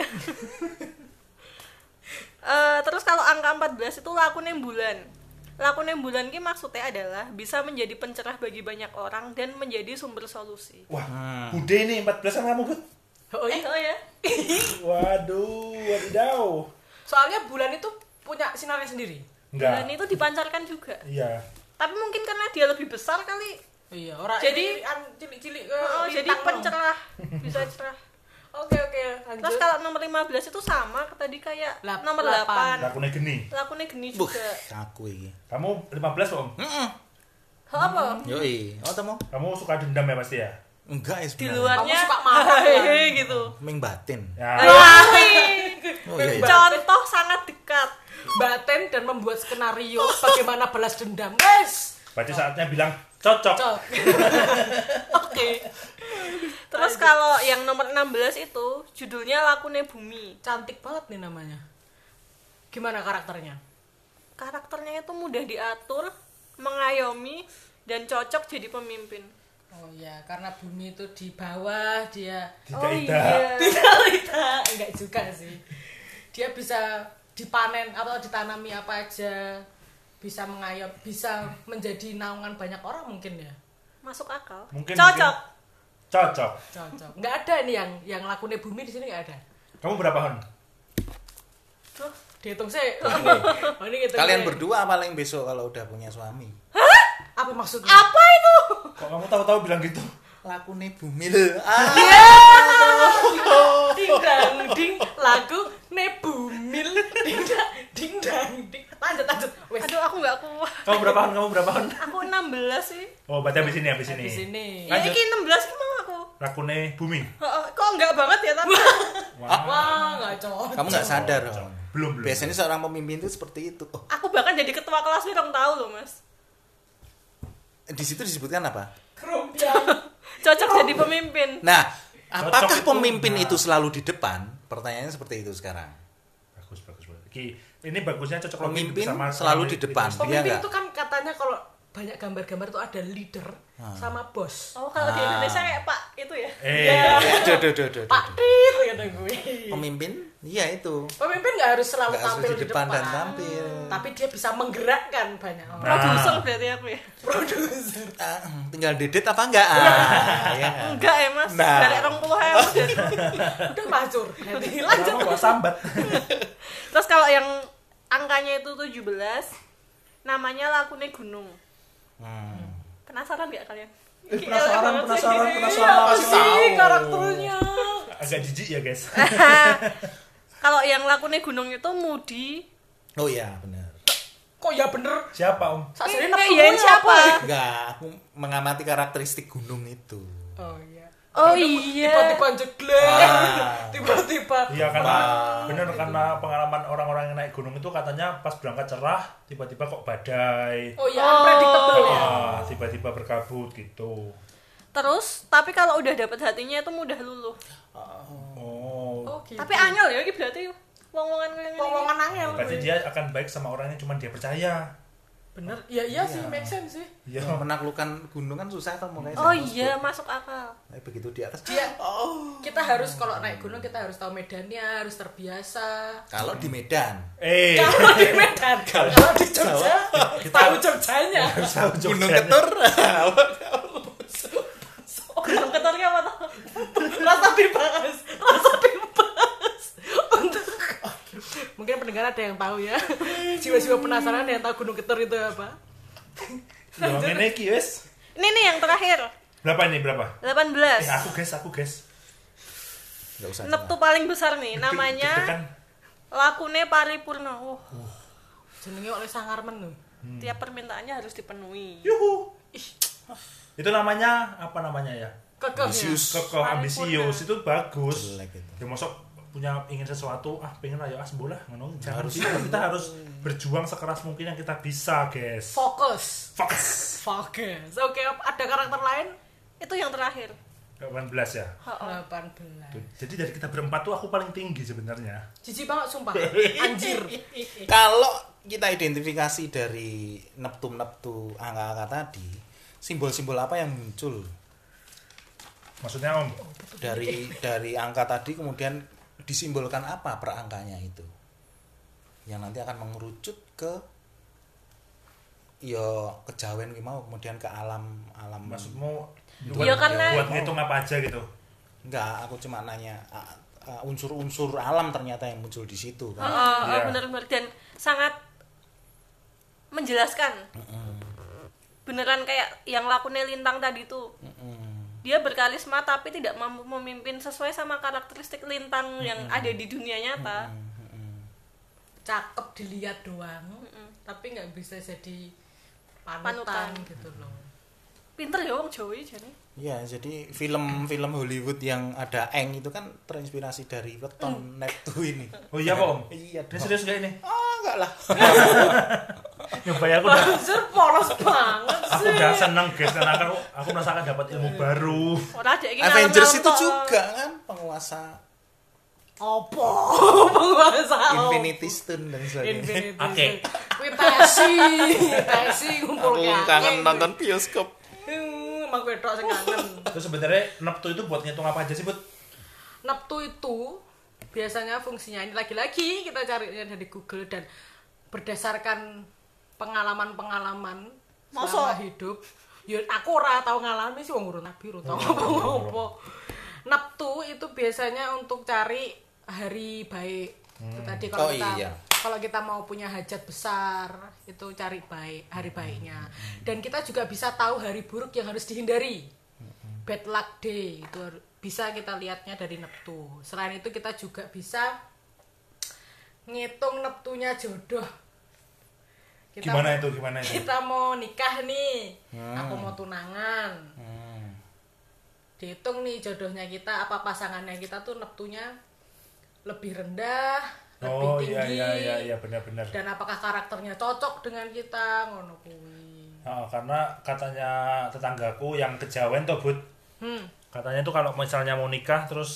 Speaker 1: Terus kalau angka 14 itu lakunya bulan. Lakunya bulan ini maksudnya adalah bisa menjadi pencerah bagi banyak orang dan menjadi sumber solusi.
Speaker 4: Wah, Bude ini 14 sama kamu, Bud.
Speaker 3: Oh iya.
Speaker 1: Oh ya.
Speaker 4: Waduh, wadidaw.
Speaker 3: Soalnya bulan itu punya sinarnya sendiri.
Speaker 1: Bulan
Speaker 4: Enggak.
Speaker 1: itu dipancarkan juga.
Speaker 4: Iya.
Speaker 1: Tapi mungkin karena dia lebih besar kali.
Speaker 3: Iya, orang
Speaker 1: Jadi-
Speaker 3: cilik-cilik
Speaker 1: Jadi pencerah, bisa cerah.
Speaker 3: Oke, lanjut.
Speaker 1: Terus kalau nomor 15 itu sama tadi kayak nomor
Speaker 3: 8.
Speaker 1: 8.
Speaker 4: Lakunya geni.
Speaker 1: Lakunya geni
Speaker 2: Buh,
Speaker 1: juga.
Speaker 2: aku iki.
Speaker 4: Kamu 15, Om.
Speaker 1: Apa?
Speaker 2: Yoi. Oh, temu?
Speaker 4: Kamu suka dendam ya pasti ya?
Speaker 2: Enggak ya
Speaker 1: Di
Speaker 2: sebenarnya.
Speaker 1: luarnya
Speaker 3: Kamu suka marah, kan?
Speaker 1: hehehe gitu.
Speaker 2: Ming batin.
Speaker 4: Ya.
Speaker 2: Oh iya, iya.
Speaker 1: Contoh sangat dekat.
Speaker 3: Baten dan membuat skenario bagaimana balas dendam. Guys.
Speaker 4: Berarti saatnya bilang cocok.
Speaker 3: Cok. Oke.
Speaker 1: Terus kalau yang nomor 16 itu judulnya Lakunya Bumi.
Speaker 3: Cantik banget nih namanya. Gimana karakternya?
Speaker 1: Karakternya itu mudah diatur, mengayomi, dan cocok jadi pemimpin.
Speaker 3: Oh ya, karena bumi itu di bawah, dia
Speaker 4: Tidak.
Speaker 3: tidak enggak juga sih. Dia bisa dipanen atau ditanami apa aja, bisa mengayom, bisa menjadi naungan banyak orang mungkin ya.
Speaker 1: Masuk akal.
Speaker 4: Mungkin-
Speaker 1: Cocok.
Speaker 4: Cocok.
Speaker 3: Cocok. Enggak ada nih yang lakunya bumi di sini enggak ada.
Speaker 4: Kamu berapa, Hon?
Speaker 3: Tuh, dihitung sih. Oh, ini hitung
Speaker 2: Kalian
Speaker 3: sih.
Speaker 2: berdua paling besok kalau udah punya suami.
Speaker 3: Apa maksudnya?
Speaker 1: Apa itu?
Speaker 4: Kok kamu tahu-tahu bilang gitu?
Speaker 2: Lakune bumil. Ah.
Speaker 3: Ding ding lagu nebumil ding ding. Lanjut. Wes.
Speaker 1: Aduh, aku nggak kuat.
Speaker 4: Kamu berapa, Hon? Kamu berapa, Hon?
Speaker 1: Aku 16 sih.
Speaker 4: Oh, berarti habis ini, habis ini.
Speaker 3: Di sini.
Speaker 1: Ya
Speaker 4: Lanjut.
Speaker 1: ini 16 gimana aku?
Speaker 4: Lakune bumi.
Speaker 1: Kok enggak banget ya tapi.
Speaker 3: Wah, enggak cocok.
Speaker 2: Kamu nggak sadar. Om.
Speaker 4: Belum.
Speaker 2: Biasanya seorang pemimpin itu seperti itu. Oh,
Speaker 1: Aku bahkan jadi ketua kelas nih dong tahu loh, Mas.
Speaker 2: di situ disebutkan apa?
Speaker 3: Kerumbang.
Speaker 1: Cocok jadi pemimpin.
Speaker 2: Nah, apakah
Speaker 4: Cocok itu,
Speaker 2: pemimpin
Speaker 4: nah.
Speaker 2: itu selalu di depan? Pertanyaannya seperti itu sekarang.
Speaker 4: memiliki. Ini bagusnya cocok lagi
Speaker 2: Pemimpin
Speaker 4: sama
Speaker 2: selalu di depan. Iya
Speaker 3: Pemimpin
Speaker 2: nggak?
Speaker 3: itu kan katanya kalau banyak gambar-gambar tuh ada leader sama bos.
Speaker 1: Oh, kalau di Indonesia kayak Pak itu ya.
Speaker 2: Duh.
Speaker 3: Pak Tit kata gue.
Speaker 2: Pemimpin, iya itu.
Speaker 3: Pemimpin nggak harus selalu
Speaker 2: Nggak harus
Speaker 3: tampil
Speaker 2: di depan dan tampil.
Speaker 3: Tapi dia bisa menggerakkan banyak orang.
Speaker 1: Produser berarti aku ya.
Speaker 3: Produser.
Speaker 2: Tinggal didit apa enggak? Ya.
Speaker 1: Enggak ya, Mas.
Speaker 2: Nah.
Speaker 1: Dari 20.000.
Speaker 3: Udah macur. Nanti lanjut.
Speaker 4: Kamu kok sambat.
Speaker 1: Terus kalau yang angkanya itu 17, namanya Lakune Gunung. Penasaran nggak kalian?
Speaker 4: Penasaran.
Speaker 3: Apa sih karakternya?
Speaker 4: Agak jijik ya, guys.
Speaker 1: Kalau yang Lakune Gunung itu Moody.
Speaker 2: Oh iya, benar.
Speaker 3: Kok ya bener?
Speaker 4: Siapa, Om?
Speaker 3: Sakjane
Speaker 1: Iyain siapa?
Speaker 2: Enggak, aku mengamati karakteristik gunung itu.
Speaker 3: Oh iya.
Speaker 1: Oh iya.
Speaker 3: Tiba-tiba jeglek.
Speaker 2: Wah.
Speaker 3: Tiba-tiba.
Speaker 4: Iya karena bener karena pengalaman orang-orang yang naik gunung itu katanya pas berangkat cerah tiba-tiba kok badai.
Speaker 3: Oh iya, unpredictable ya.
Speaker 4: Tiba-tiba berkabut gitu.
Speaker 1: Terus, tapi kalau udah dapet hatinya itu mudah luluh.
Speaker 4: Oh.
Speaker 3: Oh gitu.
Speaker 1: Tapi angel ya, ini berarti wong-wongan kayak gini.
Speaker 3: Omongan angel.
Speaker 4: Berarti dia akan baik sama orang yang cuma dia percaya.
Speaker 3: Bener. Iya sih, make sense sih.
Speaker 4: Iya.
Speaker 2: Menaklukkan gunung kan susah kan makanya.
Speaker 1: Oh iya, masuk akal.
Speaker 2: Begitu di atas.
Speaker 3: Dia kita harus kalau naik gunung kita harus tahu medannya, harus terbiasa.
Speaker 2: Kalau di Medan,
Speaker 3: Kalau di Medan, kalau di Jogja, tahu Jogjanya.
Speaker 2: Gunung Ketur.
Speaker 1: Gunung Keturnya apa tuh?
Speaker 3: Rasa dibahas. Mungkin pendengar ada yang tahu ya. Jiwa-jiwa penasaran yang tahu Gunung Ketur itu apa?
Speaker 4: Yang ini kies.
Speaker 1: Ini nih yang terakhir.
Speaker 4: Berapa ini berapa?
Speaker 1: 18.
Speaker 4: Aku guys.
Speaker 2: Enggak usah.
Speaker 1: Neptu paling besar nih, namanya
Speaker 4: Deg-degan.
Speaker 1: Lakune Paripurna.
Speaker 3: Jenenge oleh Sangarmen loh.
Speaker 1: Tiap permintaannya harus dipenuhi.
Speaker 4: Yuhu. Itu namanya apa namanya ya?
Speaker 3: Kekeh.
Speaker 4: Kokoh ambisius itu bagus.
Speaker 2: Jelek itu.
Speaker 4: Ya masuk punya ingin sesuatu pengen ayo bola ngono jangan harus kita harus berjuang sekeras mungkin yang kita bisa guys.
Speaker 3: Fokus.
Speaker 4: Fokus.
Speaker 3: Oke, ada karakter lain?
Speaker 1: Itu yang terakhir.
Speaker 4: 18 ya.
Speaker 3: 18.
Speaker 4: Jadi dari kita berempat tuh aku paling tinggi sebenarnya.
Speaker 3: Jijik banget sumpah. Anjir.
Speaker 2: Kalau kita identifikasi dari neptu angka-angka tadi, simbol-simbol apa yang muncul
Speaker 4: Maksudnya Om?
Speaker 2: dari angka tadi kemudian disimbolkan apa per angkanya itu yang nanti akan mengerucut ke kejawen ki mau kemudian ke alam
Speaker 4: Maksudmu
Speaker 1: Iya, karena-
Speaker 4: buat ngitung apa aja gitu.
Speaker 2: enggak, aku cuma nanya unsur-unsur alam ternyata yang muncul di situ kan.
Speaker 4: Iya.
Speaker 1: Bener-bener dan sangat menjelaskan. Beneran kayak yang Lakune Lintang tadi tuh. Dia berkarisma tapi tidak mampu memimpin sesuai sama karakteristik Lintang yang ada di dunia nyata.
Speaker 3: Cakep dilihat doang, tapi nggak bisa jadi panutan gitu loh.
Speaker 1: Pinter ya wong Jawa jane.
Speaker 2: Ya, jadi film-film Hollywood yang ada Eng itu kan terinspirasi dari weton Neptu ini.
Speaker 4: Oh iya Pak Om?
Speaker 2: Iya.
Speaker 4: Ini serius gak ini?
Speaker 2: Enggak lah.
Speaker 4: Nyoba ya aku udah
Speaker 3: Buzzer polos banget
Speaker 4: aku
Speaker 3: sih.
Speaker 4: udah seneng guys karena aku merasakan dapat ilmu baru.
Speaker 1: Ora ada iki
Speaker 2: Avengers
Speaker 1: ngalem-ngalem
Speaker 2: itu
Speaker 1: tok.
Speaker 2: juga kan penguasa
Speaker 3: Apa? Penguasa
Speaker 2: Infinity Stone dan sebagainya.
Speaker 3: Infinity.
Speaker 4: Oke.
Speaker 3: Tesi ngumpul
Speaker 2: Aku kangen nonton bioskop.
Speaker 3: Emang gue tok sing kangen.
Speaker 4: Terus sebenarnya neptu itu buat ngitung apa aja sih, Bud?
Speaker 3: Neptu itu biasanya fungsinya ini lagi-lagi kita carinya dari Google dan berdasarkan pengalaman-pengalaman selama
Speaker 1: Masa?
Speaker 3: hidup. Ya aku ora tau ngalami sih wong urun nabi ora tau apa-apa. Neptu itu biasanya untuk cari hari baik. Itu tadi kalau
Speaker 2: Oh,
Speaker 3: kita
Speaker 2: iya.
Speaker 3: kalau kita mau punya hajat besar itu cari baik hari baiknya. Dan kita juga bisa tahu hari buruk yang harus dihindari. Bad luck day itu bisa kita lihatnya dari Neptu. Selain itu kita juga bisa ngitung Neptunya jodoh.
Speaker 4: Gimana itu?
Speaker 3: Kita mau nikah nih, aku mau tunangan. Dihitung nih jodohnya kita, apa pasangannya kita tuh Neptunya lebih rendah, lebih
Speaker 4: Oh
Speaker 3: tinggi.
Speaker 4: iya benar-benar.
Speaker 3: Dan apakah karakternya cocok dengan kita, ngono kuwi.
Speaker 4: Karena katanya tetanggaku yang kejawen tuh, Bud.
Speaker 3: Hmm.
Speaker 4: Katanya tuh kalau misalnya mau nikah terus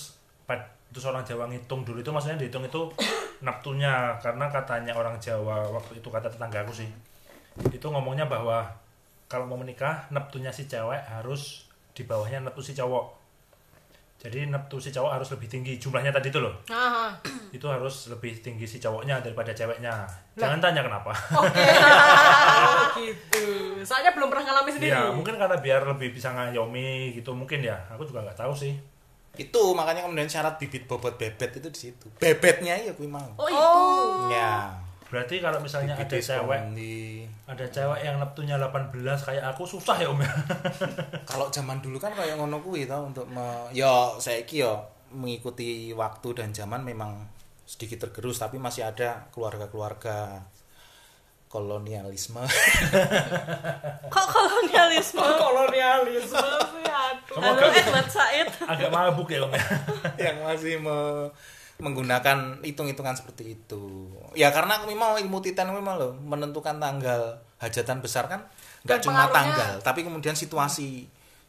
Speaker 4: itu seorang Jawa ngitung dulu itu, maksudnya dihitung itu neptunya, karena katanya orang Jawa waktu itu, kata tetanggaku sih, itu ngomongnya bahwa kalau mau menikah neptunya si cewek harus di bawahnya neptu si cowok. Jadi neptu si cowok harus lebih tinggi jumlahnya tadi itu loh. Itu harus lebih tinggi si cowoknya daripada ceweknya. Jangan tanya kenapa.
Speaker 3: Oke. Gitu. Soalnya belum pernah ngalamin sendiri.
Speaker 4: Ya mungkin karena biar lebih bisa ngayomi gitu mungkin ya. Aku juga nggak tahu sih.
Speaker 2: Itu makanya kemudian syarat bibit bobot bebet itu di situ. Bebetnya ya kuwi mau.
Speaker 3: Oh itu.
Speaker 2: Ya.
Speaker 4: Berarti kalau misalnya
Speaker 2: Bibit
Speaker 4: ada cewek yang neptunya 18 kayak aku susah ya Om ya.
Speaker 2: Kalau zaman dulu kan kayak ngono kuwi tau untuk ya saiki ya mengikuti waktu dan zaman memang sedikit tergerus, tapi masih ada keluarga-keluarga kolonialisme.
Speaker 1: Kok kolonialisme?
Speaker 3: Kolonialisme sih aduh.
Speaker 1: Halo Edward Said.
Speaker 4: Agak mabuk ya Om ya.
Speaker 2: Yang masih menggunakan hitung-hitungan seperti itu. Ya karena memang ilmu titan memang loh menentukan tanggal hajatan besar kan nggak cuma tanggal, tapi kemudian situasi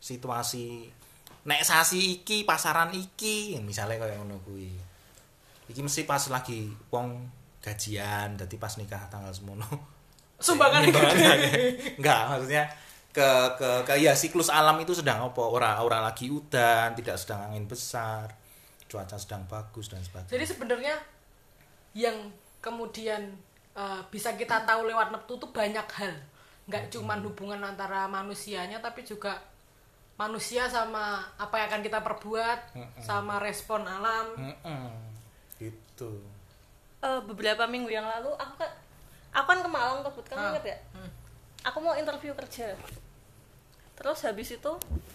Speaker 2: nek sasi iki pasaran iki misalnya kayak ngono kuwi. Iki mesti pas lagi wong gajian, dadi pas nikah tanggal semono.
Speaker 3: Sumbangan
Speaker 2: Enggak, maksudnya ke ya siklus alam itu sedang apa? Ora lagi udan, tidak sedang angin besar. Cuaca sedang bagus dan sebagainya.
Speaker 3: Jadi sebenarnya yang kemudian bisa kita tahu lewat neptu itu banyak hal, nggak cuma hubungan antara manusianya, tapi juga manusia sama apa yang akan kita perbuat, sama respon alam.
Speaker 2: Gitu.
Speaker 1: Beberapa minggu yang lalu aku kan ke Malang kebut, kamu ingat ya? Aku mau interview kerja. Terus habis itu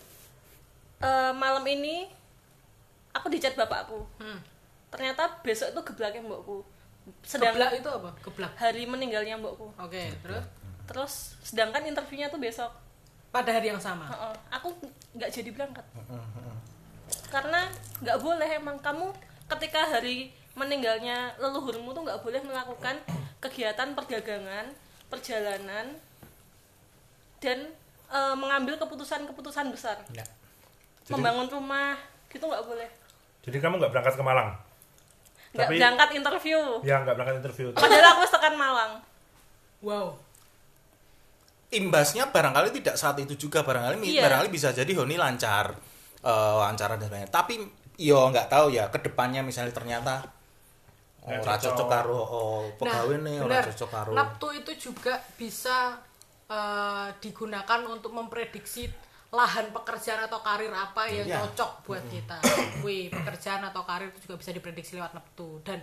Speaker 1: malam ini aku dicat bapakku. Ternyata besok itu geblaknya mbokku.
Speaker 3: Geblak itu apa? Geblak.
Speaker 1: Hari meninggalnya mbokku.
Speaker 3: Oke,
Speaker 1: Terus sedangkan interviewnya tuh besok.
Speaker 3: Pada hari yang sama.
Speaker 1: Aku nggak jadi berangkat. Karena nggak boleh emang kamu ketika hari meninggalnya leluhurmu tuh nggak boleh melakukan kegiatan perdagangan, perjalanan, dan mengambil keputusan-keputusan besar.
Speaker 2: Ya.
Speaker 1: Membangun rumah gitu nggak boleh.
Speaker 4: Jadi kamu nggak berangkat ke Malang?
Speaker 1: Nggak berangkat interview.
Speaker 4: Ya nggak berangkat interview.
Speaker 1: Padahal aku tekan Malang.
Speaker 3: Wow.
Speaker 2: Imbasnya barangkali tidak saat itu juga, barangkali bisa jadi Honi lancar wawancara dan sebagainya. Tapi yo nggak tahu ya kedepannya misalnya ternyata ora cocok karo pegawai nih, ora cocok karo.
Speaker 3: Neptu itu juga bisa digunakan untuk memprediksi lahan pekerjaan atau karir apa yang cocok buat kita. Pekerjaan atau karir itu juga bisa diprediksi lewat neptu. Dan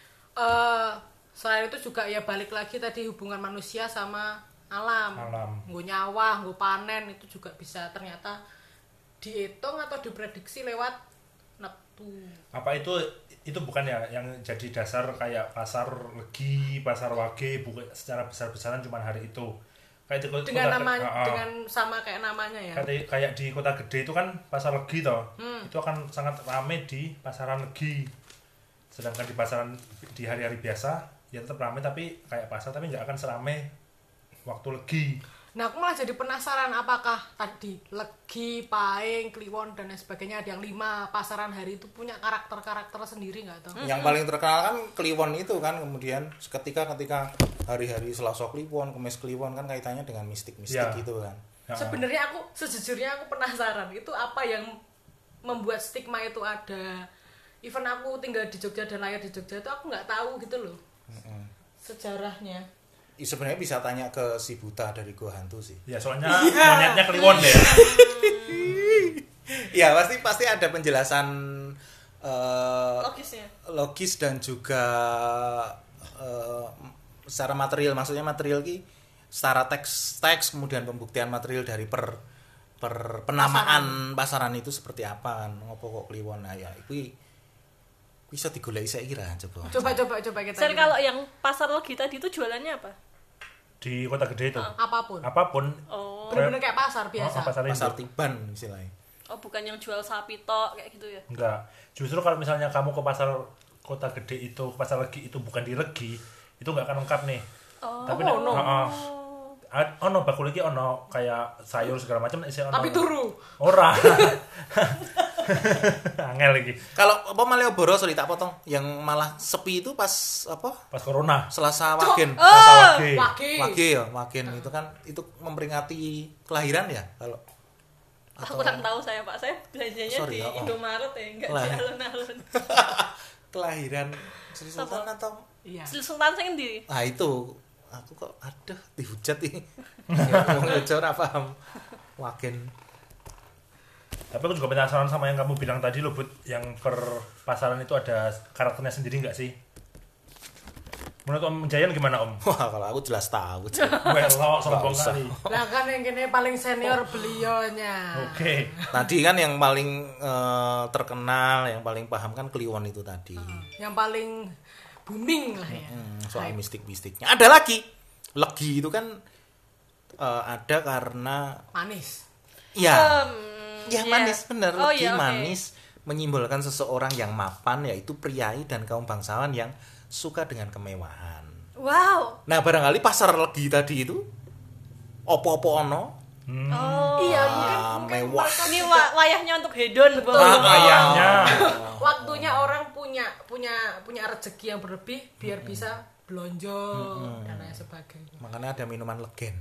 Speaker 3: selain itu juga ya balik lagi tadi hubungan manusia sama alam. Nggo nyawah, nggo panen itu juga bisa ternyata dihitung atau diprediksi lewat neptu.
Speaker 4: Apa itu bukan ya yang jadi dasar kayak pasar legi, pasar wage, bukan secara besar-besaran cuma hari itu. Kayak di
Speaker 3: dengan namanya, dengan sama kayak namanya ya.
Speaker 4: Kayak di kota gede itu kan pasar legi toh. Itu akan sangat ramai di pasaran legi. Sedangkan di pasaran di hari-hari biasa ya tetap ramai tapi kayak pasar, tapi nggak akan seramai waktu legi.
Speaker 3: Nah, aku malah jadi penasaran apakah tadi Legi, Paing, Kliwon dan lain sebagainya ada yang 5 pasaran hari itu punya karakter-karakter sendiri nggak tuh?
Speaker 2: Yang paling terkenal kan Kliwon itu kan, kemudian ketika hari-hari Selasa Kliwon, Kemis Kliwon kan kaitannya dengan mistik-mistik gitu kan.
Speaker 3: Sebenarnya sejujurnya aku penasaran itu apa yang membuat stigma itu ada. Even aku tinggal di Jogja dan lahir di Jogja itu aku nggak tahu gitu loh sejarahnya.
Speaker 2: Sebenarnya bisa tanya ke si buta dari Gua Hantu sih.
Speaker 4: Ya soalnya monyetnya Kliwon deh.
Speaker 2: Ya pasti ada penjelasan logis dan juga secara material, maksudnya material ki secara teks kemudian pembuktian material dari penamaan pasaran itu seperti apa kan, ngopo kok Kliwon. Nah ya itu bisa digoleki saiki ra coba
Speaker 3: kita.
Speaker 1: Sir, kalau yang pasar Logi tadi itu jualannya apa?
Speaker 4: Di kota gede itu.
Speaker 3: Apapun.
Speaker 1: Oh.
Speaker 3: Benar-benar kayak pasar biasa.
Speaker 2: Pasar Tiban istilahnya.
Speaker 1: Oh, bukan yang jual sapi tok kayak gitu ya?
Speaker 4: Enggak. Justru kalau misalnya kamu ke pasar kota gede itu, pasar Legi itu bukan di Legi, itu enggak akan lengkap nih. Tapi bakul iki ono kayak sayur segala macam isi ono.
Speaker 3: Tapi turu.
Speaker 4: Ora. Angel lagi.
Speaker 2: Kalau apa Malioboro, sorry tak potong, yang malah sepi itu pas apa?
Speaker 4: Pas corona.
Speaker 2: Selasa Wagen.
Speaker 4: Wage.
Speaker 2: Wage ya, Wagen itu kan itu memperingati kelahiran ya kalau
Speaker 1: Aku kurang tahu saya Pak, saya belanjanya
Speaker 2: Sorry,
Speaker 1: di
Speaker 2: oh.
Speaker 1: Indomaret ya, enggak
Speaker 2: Lah.
Speaker 1: di alun-alun.
Speaker 2: kelahiran Sri Sultan atau
Speaker 3: Iya.
Speaker 1: Sri Sultan sing ndi?
Speaker 2: ah itu aku kok aduh dihujat nih. Ngomong aja ora paham. Wagen.
Speaker 4: Tapi aku juga penasaran sama yang kamu bilang tadi loh, Bud, yang per pasaran itu ada karakternya sendiri nggak sih? Menurut Om Jayan gimana Om?
Speaker 2: Wah, kalau aku jelas tahu.
Speaker 4: Welok, sombong
Speaker 2: usah.
Speaker 4: kali.
Speaker 3: Lah kan yang kini paling senior belionya.
Speaker 4: Oke.
Speaker 2: Tadi kan yang paling terkenal, yang paling paham kan Kliwon itu tadi.
Speaker 3: Yang paling booming lah ya.
Speaker 2: Soal mistik-mistiknya. Ada lagi. Legi itu kan ada karena
Speaker 3: Manis.
Speaker 2: ya,
Speaker 1: Iya.
Speaker 2: manis bener.
Speaker 1: Oh,
Speaker 2: Legi
Speaker 1: iya, oke.
Speaker 2: manis menyimbolkan seseorang yang mapan, yaitu priai dan kaum bangsawan yang suka dengan kemewahan.
Speaker 1: Wow.
Speaker 2: Nah, barangkali pasar Legi tadi itu opo-opo ono
Speaker 1: Oh.
Speaker 3: Iya, mungkin
Speaker 2: mewah.
Speaker 3: mereka
Speaker 1: Ini
Speaker 3: juga-
Speaker 1: wayahnya untuk hedon, Bang.
Speaker 4: Ayahnya.
Speaker 3: waktunya orang punya rezeki yang berlebih biar bisa belonjo dan lain sebagainya.
Speaker 2: Makanya ada minuman legen.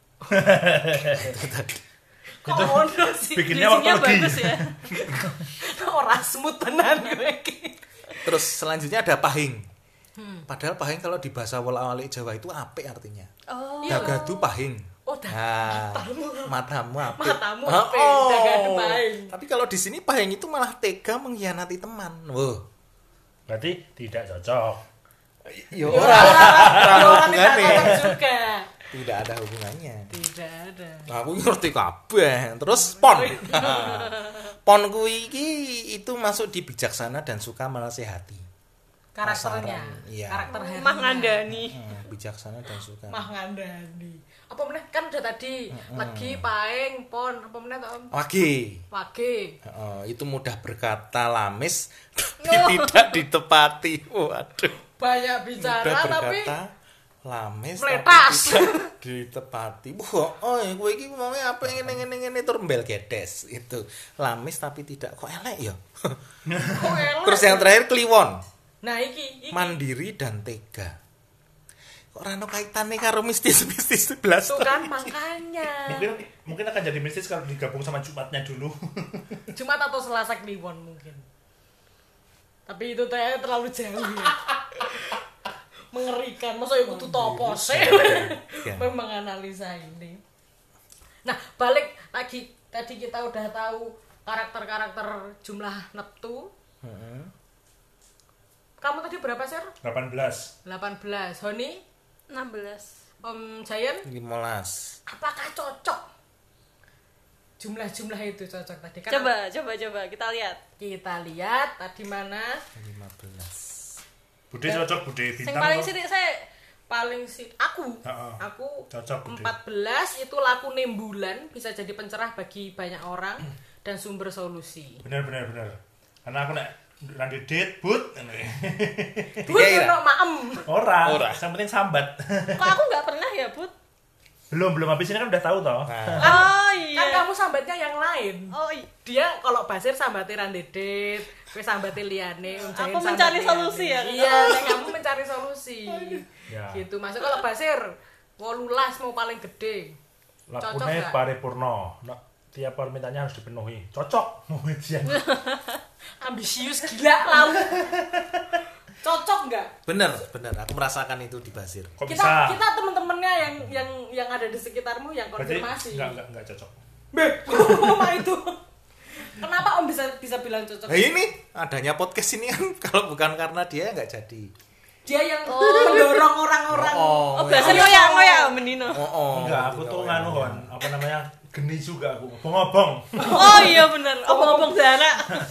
Speaker 3: Kok ono sih?
Speaker 4: Bikinnya waktu
Speaker 1: Bridging-nya
Speaker 4: lagi.
Speaker 1: bagus ya.
Speaker 3: Ora smooth tenan gue iki.
Speaker 2: Terus selanjutnya ada pahing. Padahal pahing kalau di bahasa Walik Jawa itu apik artinya.
Speaker 1: Oh.
Speaker 2: Dagadu pahing.
Speaker 3: Oh,
Speaker 2: Matamu apik.
Speaker 3: Matamu apik, dagadu pahing.
Speaker 2: Tapi kalau di sini pahing itu malah tega mengkhianati teman. Wah.
Speaker 4: Berarti tidak cocok.
Speaker 2: Ya
Speaker 3: Orang
Speaker 2: ora
Speaker 3: tidak
Speaker 2: hubungannya.
Speaker 3: cocok juga.
Speaker 2: Tidak ada hubungannya.
Speaker 3: Tidak ada.
Speaker 2: Nah, aku ngerti kabeh. Terus pon. Pon kuwi iki itu masuk di bijaksana dan suka menasehati.
Speaker 3: Karakternya.
Speaker 2: Pasaran, iya.
Speaker 3: Karakter Hernia.
Speaker 1: Mah ngandani.
Speaker 2: Bijaksana dan suka.
Speaker 3: Mah ngandani. Apa meneh kan udah tadi lagi paing pon apa meneh to Om?
Speaker 2: Wage.
Speaker 3: Wage.
Speaker 2: Itu mudah berkata lamis tapi tidak ditepati. Waduh.
Speaker 3: Banyak bicara
Speaker 2: Mudah
Speaker 3: tapi
Speaker 2: berkata lamis
Speaker 3: meletas.
Speaker 2: tapi tidak ditepati. Kowe iki ngomongnya apa ngene tur mbel gedes itu. Lamis tapi tidak kok elek ya.
Speaker 3: kok elek.
Speaker 2: Terus yang terakhir Kliwon.
Speaker 3: Nah iki
Speaker 2: Mandiri dan tega. Kok ora ono kaitane karo mistis-mistis 11.
Speaker 3: tuh kan makanya.
Speaker 4: Mungkin akan jadi mistis kalau digabung sama Jumatnya dulu.
Speaker 3: Jumat atau Selasa Kliwon mungkin. Tapi itu terlalu jauh ya. Mengerikan. Masa ya kudu topo sih.
Speaker 2: Ya.
Speaker 3: Menganalisa ini. Nah, balik lagi tadi kita udah tahu karakter-karakter jumlah neptu. Kamu tadi berapa, Sir?
Speaker 4: 18.
Speaker 3: 18. Honi,
Speaker 1: 16.
Speaker 3: Om Jayan,
Speaker 2: 15.
Speaker 3: apakah cocok? Jumlah-jumlah itu cocok tadi kan?
Speaker 1: Coba kita lihat.
Speaker 3: Kita lihat tadi mana?
Speaker 2: 15.
Speaker 4: Bude cocok, Bude
Speaker 1: Sing
Speaker 4: bintang.
Speaker 1: paling
Speaker 4: loh.
Speaker 1: sithik saya
Speaker 3: Paling aku
Speaker 4: Heeh.
Speaker 3: aku
Speaker 4: Cocok, Bude.
Speaker 3: 14 itu laku 6 bulan bisa jadi pencerah bagi banyak orang dan sumber solusi.
Speaker 4: Bener. Karena aku nek nanti date, Bud.
Speaker 3: Bud ono maem.
Speaker 2: Ora.
Speaker 4: Ora. Yang penting sambat.
Speaker 1: kok aku nggak pernah ya, Bud?
Speaker 4: belum habis ini kan udah tahu toh.
Speaker 1: Oh iya.
Speaker 3: Kan kamu sambatnya yang lain.
Speaker 1: Oh iya.
Speaker 3: Dia kalau Basir sambatnya randedet, kowe sambatnya liyane, Om Jain
Speaker 1: Aku
Speaker 3: sambat
Speaker 1: mencari
Speaker 3: liyane.
Speaker 1: solusi ya,
Speaker 3: Iya, nek kamu mencari solusi.
Speaker 4: Ya.
Speaker 3: Gitu. Masuk kalau Basir 18 mau paling gede. Cocok
Speaker 4: Lakune
Speaker 3: nggak?
Speaker 4: paripurna. Nah, tiap permintaannya harus dipenuhi. Cocok.
Speaker 3: Ambisius gila lau. Cocok nggak?
Speaker 2: Bener. Aku merasakan itu di Basir.
Speaker 4: Kok
Speaker 3: Kita
Speaker 4: bisa?
Speaker 3: teman-temannya yang ada di sekitarmu yang
Speaker 4: Berarti
Speaker 3: konfirmasi.
Speaker 4: enggak cocok.
Speaker 3: Apa itu? Kenapa Om bisa bilang cocok?
Speaker 2: Nah ini adanya podcast ini kan kalau bukan karena dia nggak jadi.
Speaker 3: Dia yang mendorong orang-orang.
Speaker 1: Oh, biasa ngoyak Mendino.
Speaker 4: Enggak, aku tuh nganu Hon, apa namanya? Geni juga aku. Bongobong.
Speaker 1: Oh iya bener. Obong-obong Zara.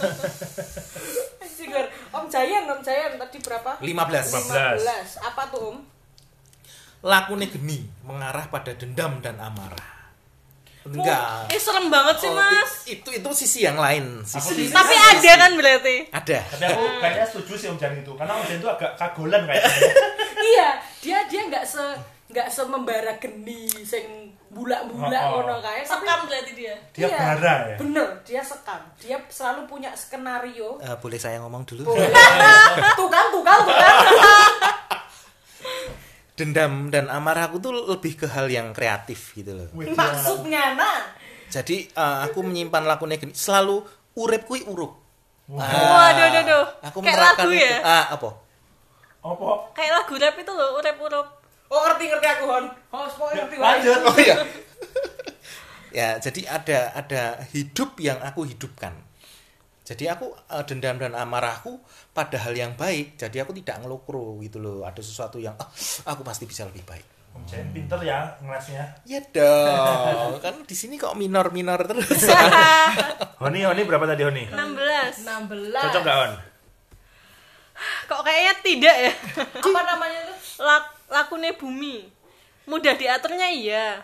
Speaker 3: Sigur. Om Jayan tadi berapa?
Speaker 2: 15.
Speaker 3: 15. Apa tuh Om?
Speaker 2: Lakune geni mengarah pada dendam dan amarah. Enggak.
Speaker 1: Serem banget sih, Mas.
Speaker 2: Itu sisi yang lain.
Speaker 1: Tapi ada kan berarti.
Speaker 2: Ada.
Speaker 4: Tapi aku kayaknya setuju sih Om Jan itu. Karena Om Jan itu agak kagolan kayaknya.
Speaker 3: Iya, dia nggak nggak semembara geni sing bulak-bulak ngono kae.
Speaker 1: Sekam berarti dia.
Speaker 4: Dia bara ya.
Speaker 3: Bener, dia sekam. Dia selalu punya skenario.
Speaker 2: Boleh saya ngomong dulu?
Speaker 3: Tukang.
Speaker 2: Dendam dan amarah aku tuh lebih ke hal yang kreatif gitu loh.
Speaker 3: Maksudnya
Speaker 2: Jadi aku menyimpan lakune gini, selalu urip kuwi uruk.
Speaker 1: Waduh.
Speaker 2: Aku
Speaker 1: Kayak
Speaker 2: menerapkan
Speaker 1: lagu
Speaker 2: itu.
Speaker 1: ya?
Speaker 2: Apa?
Speaker 1: Kayak lagu rap itu loh, urep-urep.
Speaker 3: Oh ngerti aku Hon. Ngerti
Speaker 4: Lanjut.
Speaker 2: Oh iya. Ya, jadi ada hidup yang aku hidupkan. Jadi aku dendam dan amarahku pada hal yang baik. Jadi aku tidak ngelukro gitu loh. Ada sesuatu yang aku pasti bisa lebih baik.
Speaker 4: Om Jen pinter ya ngelasnya.
Speaker 2: Ya dong. Kan di sini kok minor-minor terus.
Speaker 4: Honi berapa tadi Honi?
Speaker 1: 16.
Speaker 4: Cocok gak On?
Speaker 1: Kok kayaknya tidak ya?
Speaker 3: Apa namanya itu?
Speaker 1: Lakune bumi. Mudah diaturnya iya.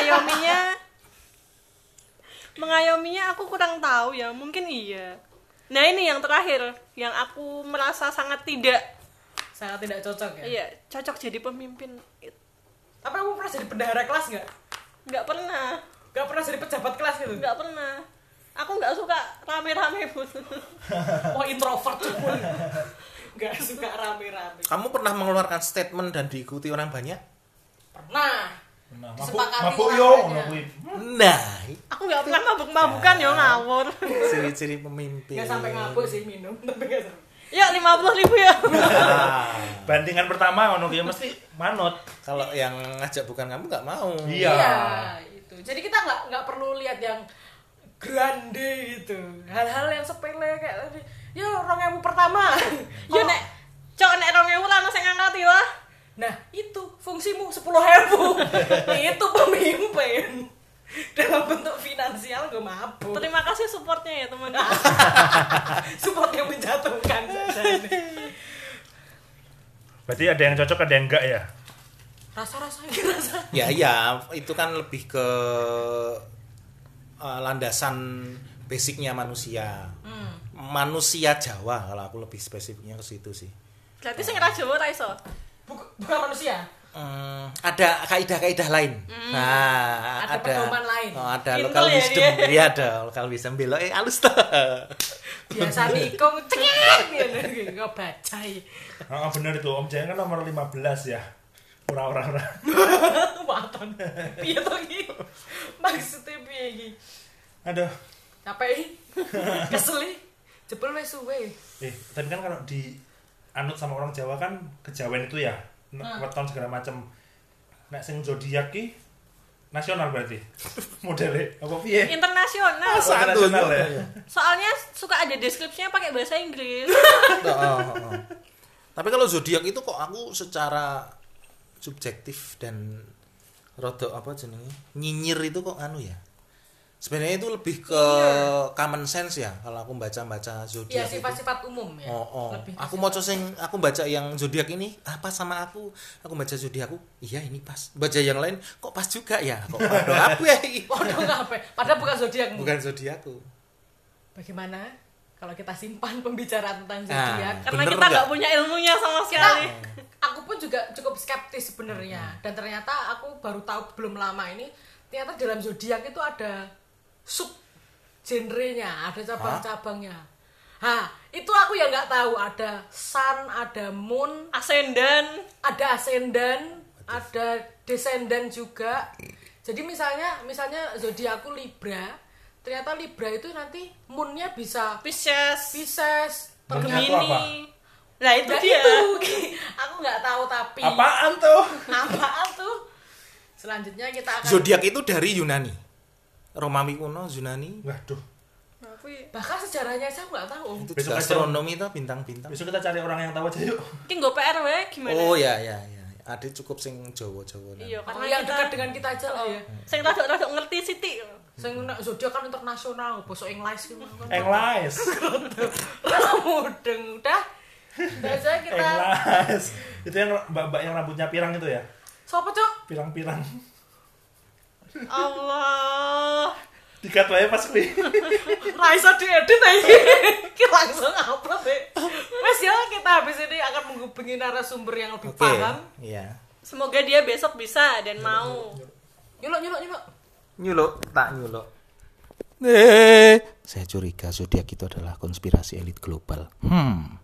Speaker 1: Mengayominya aku kurang tahu ya. Mungkin iya. Nah ini yang terakhir. Yang aku merasa sangat tidak
Speaker 3: cocok ya?
Speaker 1: Iya, cocok jadi pemimpin.
Speaker 3: Apa kamu pernah jadi bendahara kelas nggak?
Speaker 1: Nggak pernah.
Speaker 3: Nggak pernah jadi pejabat kelas gitu?
Speaker 1: Nggak pernah. Aku nggak suka rame-rame pun.
Speaker 3: Oh introvert pun. Nggak suka rame-rame.
Speaker 2: Kamu pernah mengeluarkan statement dan diikuti orang banyak?
Speaker 3: Pernah. Disepakati
Speaker 4: Mabuk
Speaker 3: lah
Speaker 4: yo
Speaker 3: aja.
Speaker 4: ngono kuwi.
Speaker 2: Nah,
Speaker 1: Aku nggak pernah mabuk-mabukan ya ngawur.
Speaker 2: ciri-ciri pemimpin.
Speaker 3: Nggak sampai ngabuk sih minum, tapi nggak sampai.
Speaker 1: Ya 50.000 ya.
Speaker 4: Bandingan pertama ngono ki mesti manut.
Speaker 2: Kalau yang ngajak bukan kamu nggak mau.
Speaker 4: Iya.
Speaker 3: Itu. Jadi kita nggak perlu lihat yang grande gitu. Hal-hal yang sepele kayak tadi. Ya 2000 pertama.
Speaker 1: Ya nek cok nek 2000 lah ono sing ngangkat ya.
Speaker 3: Nah, itu fungsimu 10.000. Itu pemimpin. Dalam bentuk finansial gue mabuk.
Speaker 1: Terima kasih supportnya ya teman.
Speaker 3: Support yang menjatuhkan saja.
Speaker 4: Berarti ada yang cocok ada yang enggak ya?
Speaker 3: Rasa.
Speaker 2: Ya, itu kan lebih ke landasan basicnya manusia. Manusia Jawa kalau aku lebih spesifiknya ke situ sih.
Speaker 1: Berarti sing ra Jawa ra iso.
Speaker 3: Bukan manusia.
Speaker 2: Ada kaidah-kaidah lain. Nah,
Speaker 3: Ada pedoman lain.
Speaker 2: Ada
Speaker 1: Pinter
Speaker 2: local
Speaker 1: ya
Speaker 2: wisdom.
Speaker 1: dia.
Speaker 2: Iya, ada local wisdom belok halus tuh.
Speaker 3: Biasa nikung cekik ngene kok bajai.
Speaker 4: Heeh bener itu Om Jen kan nomor 15 ya. Ora.
Speaker 3: Waton. Piye to iki? Maksudnya piye iki?
Speaker 4: Aduh.
Speaker 3: Capek. Kesel. Jebul wis suwe.
Speaker 4: Tapi kan kalau di anut sama orang Jawa kan kejawen itu ya. Weton segala macam. Nek sing zodiak ki nasional berarti. Modelnya apa piye?
Speaker 1: Internasional.
Speaker 4: Internasional ya.
Speaker 1: Soalnya suka ada deskripsinya pakai bahasa Inggris.
Speaker 2: Tapi kalau zodiak itu kok aku secara subjektif dan rodok apa jenenge nyinyir itu kok anu ya. Sebenarnya itu lebih ke common sense ya kalau aku baca zodiak.
Speaker 3: Iya, sifat-sifat umum ya. Lebih
Speaker 2: Aku mau aku baca yang zodiak ini apa sama aku baca zodiakku. Iya, ini pas. Baca yang lain kok pas juga ya. Kok padha apa ya iki?
Speaker 3: Waduh ngapain? Padahal bukan zodiakmu.
Speaker 2: Bukan zodiakku.
Speaker 3: Bagaimana kalau kita simpan pembicaraan tentang zodiak?
Speaker 1: Karena
Speaker 2: Bener
Speaker 1: kita nggak
Speaker 2: nggak?
Speaker 1: punya ilmunya sama
Speaker 3: Kita,
Speaker 1: sekali.
Speaker 3: aku pun juga cukup skeptis sebenarnya. Dan ternyata aku baru tahu belum lama ini ternyata dalam zodiak itu ada sub genrenya, ada cabang-cabangnya. Itu aku yang nggak tahu. Ada sun, ada moon,
Speaker 1: Ascendant.
Speaker 3: ada ascendant, ada descendant juga. Jadi misalnya zodiakku Libra, ternyata Libra itu nanti moonnya bisa
Speaker 1: Pisces.
Speaker 4: Moonnya itu apa?
Speaker 1: Gemini. Nah itu
Speaker 3: Nah,
Speaker 1: dia.
Speaker 3: itu. Aku nggak tahu tapi
Speaker 4: Apaan tuh?
Speaker 3: apaan tuh? Selanjutnya kita akan
Speaker 2: Zodiak itu dari Yunani. Romawi kuno, Yunani.
Speaker 4: Waduh.
Speaker 3: bahkan sejarahnya saya nggak tahu.
Speaker 2: Itu
Speaker 4: Besok
Speaker 2: juga
Speaker 4: aja.
Speaker 2: astronomi itu bintang-bintang.
Speaker 4: Besok kita cari orang yang tahu aja yuk.
Speaker 1: Mungkin gue PR wae gimana?
Speaker 2: Oh ya. Ada cukup sing Jawa-Jawa.
Speaker 1: Iya,
Speaker 3: Karena
Speaker 1: karena
Speaker 3: yang
Speaker 1: kita
Speaker 3: dekat dengan kita aja lah ya.
Speaker 1: sing rada-rada ngerti sithik.
Speaker 3: Saya zodiak kan internasional, bahasa Inggris gitu kan.
Speaker 4: Englis.
Speaker 3: Mudeng udah. Biasanya kita
Speaker 4: Englis. Itu yang mbak-mbak yang rambutnya pirang itu ya?
Speaker 3: siapa cok?
Speaker 4: Pirang-pirang.
Speaker 1: Allah.
Speaker 4: Dikat wae pas kuwi.
Speaker 3: Raisa diedit aja. Kita langsung upload deh. Mas ya kita habis ini akan menghubungi narasumber yang lebih
Speaker 2: Oke.
Speaker 3: paham.
Speaker 2: Iya.
Speaker 1: Semoga dia besok bisa dan mau.
Speaker 3: Nyuluk.
Speaker 2: Tak nyuluk. Saya curiga zodiak itu adalah konspirasi elit global.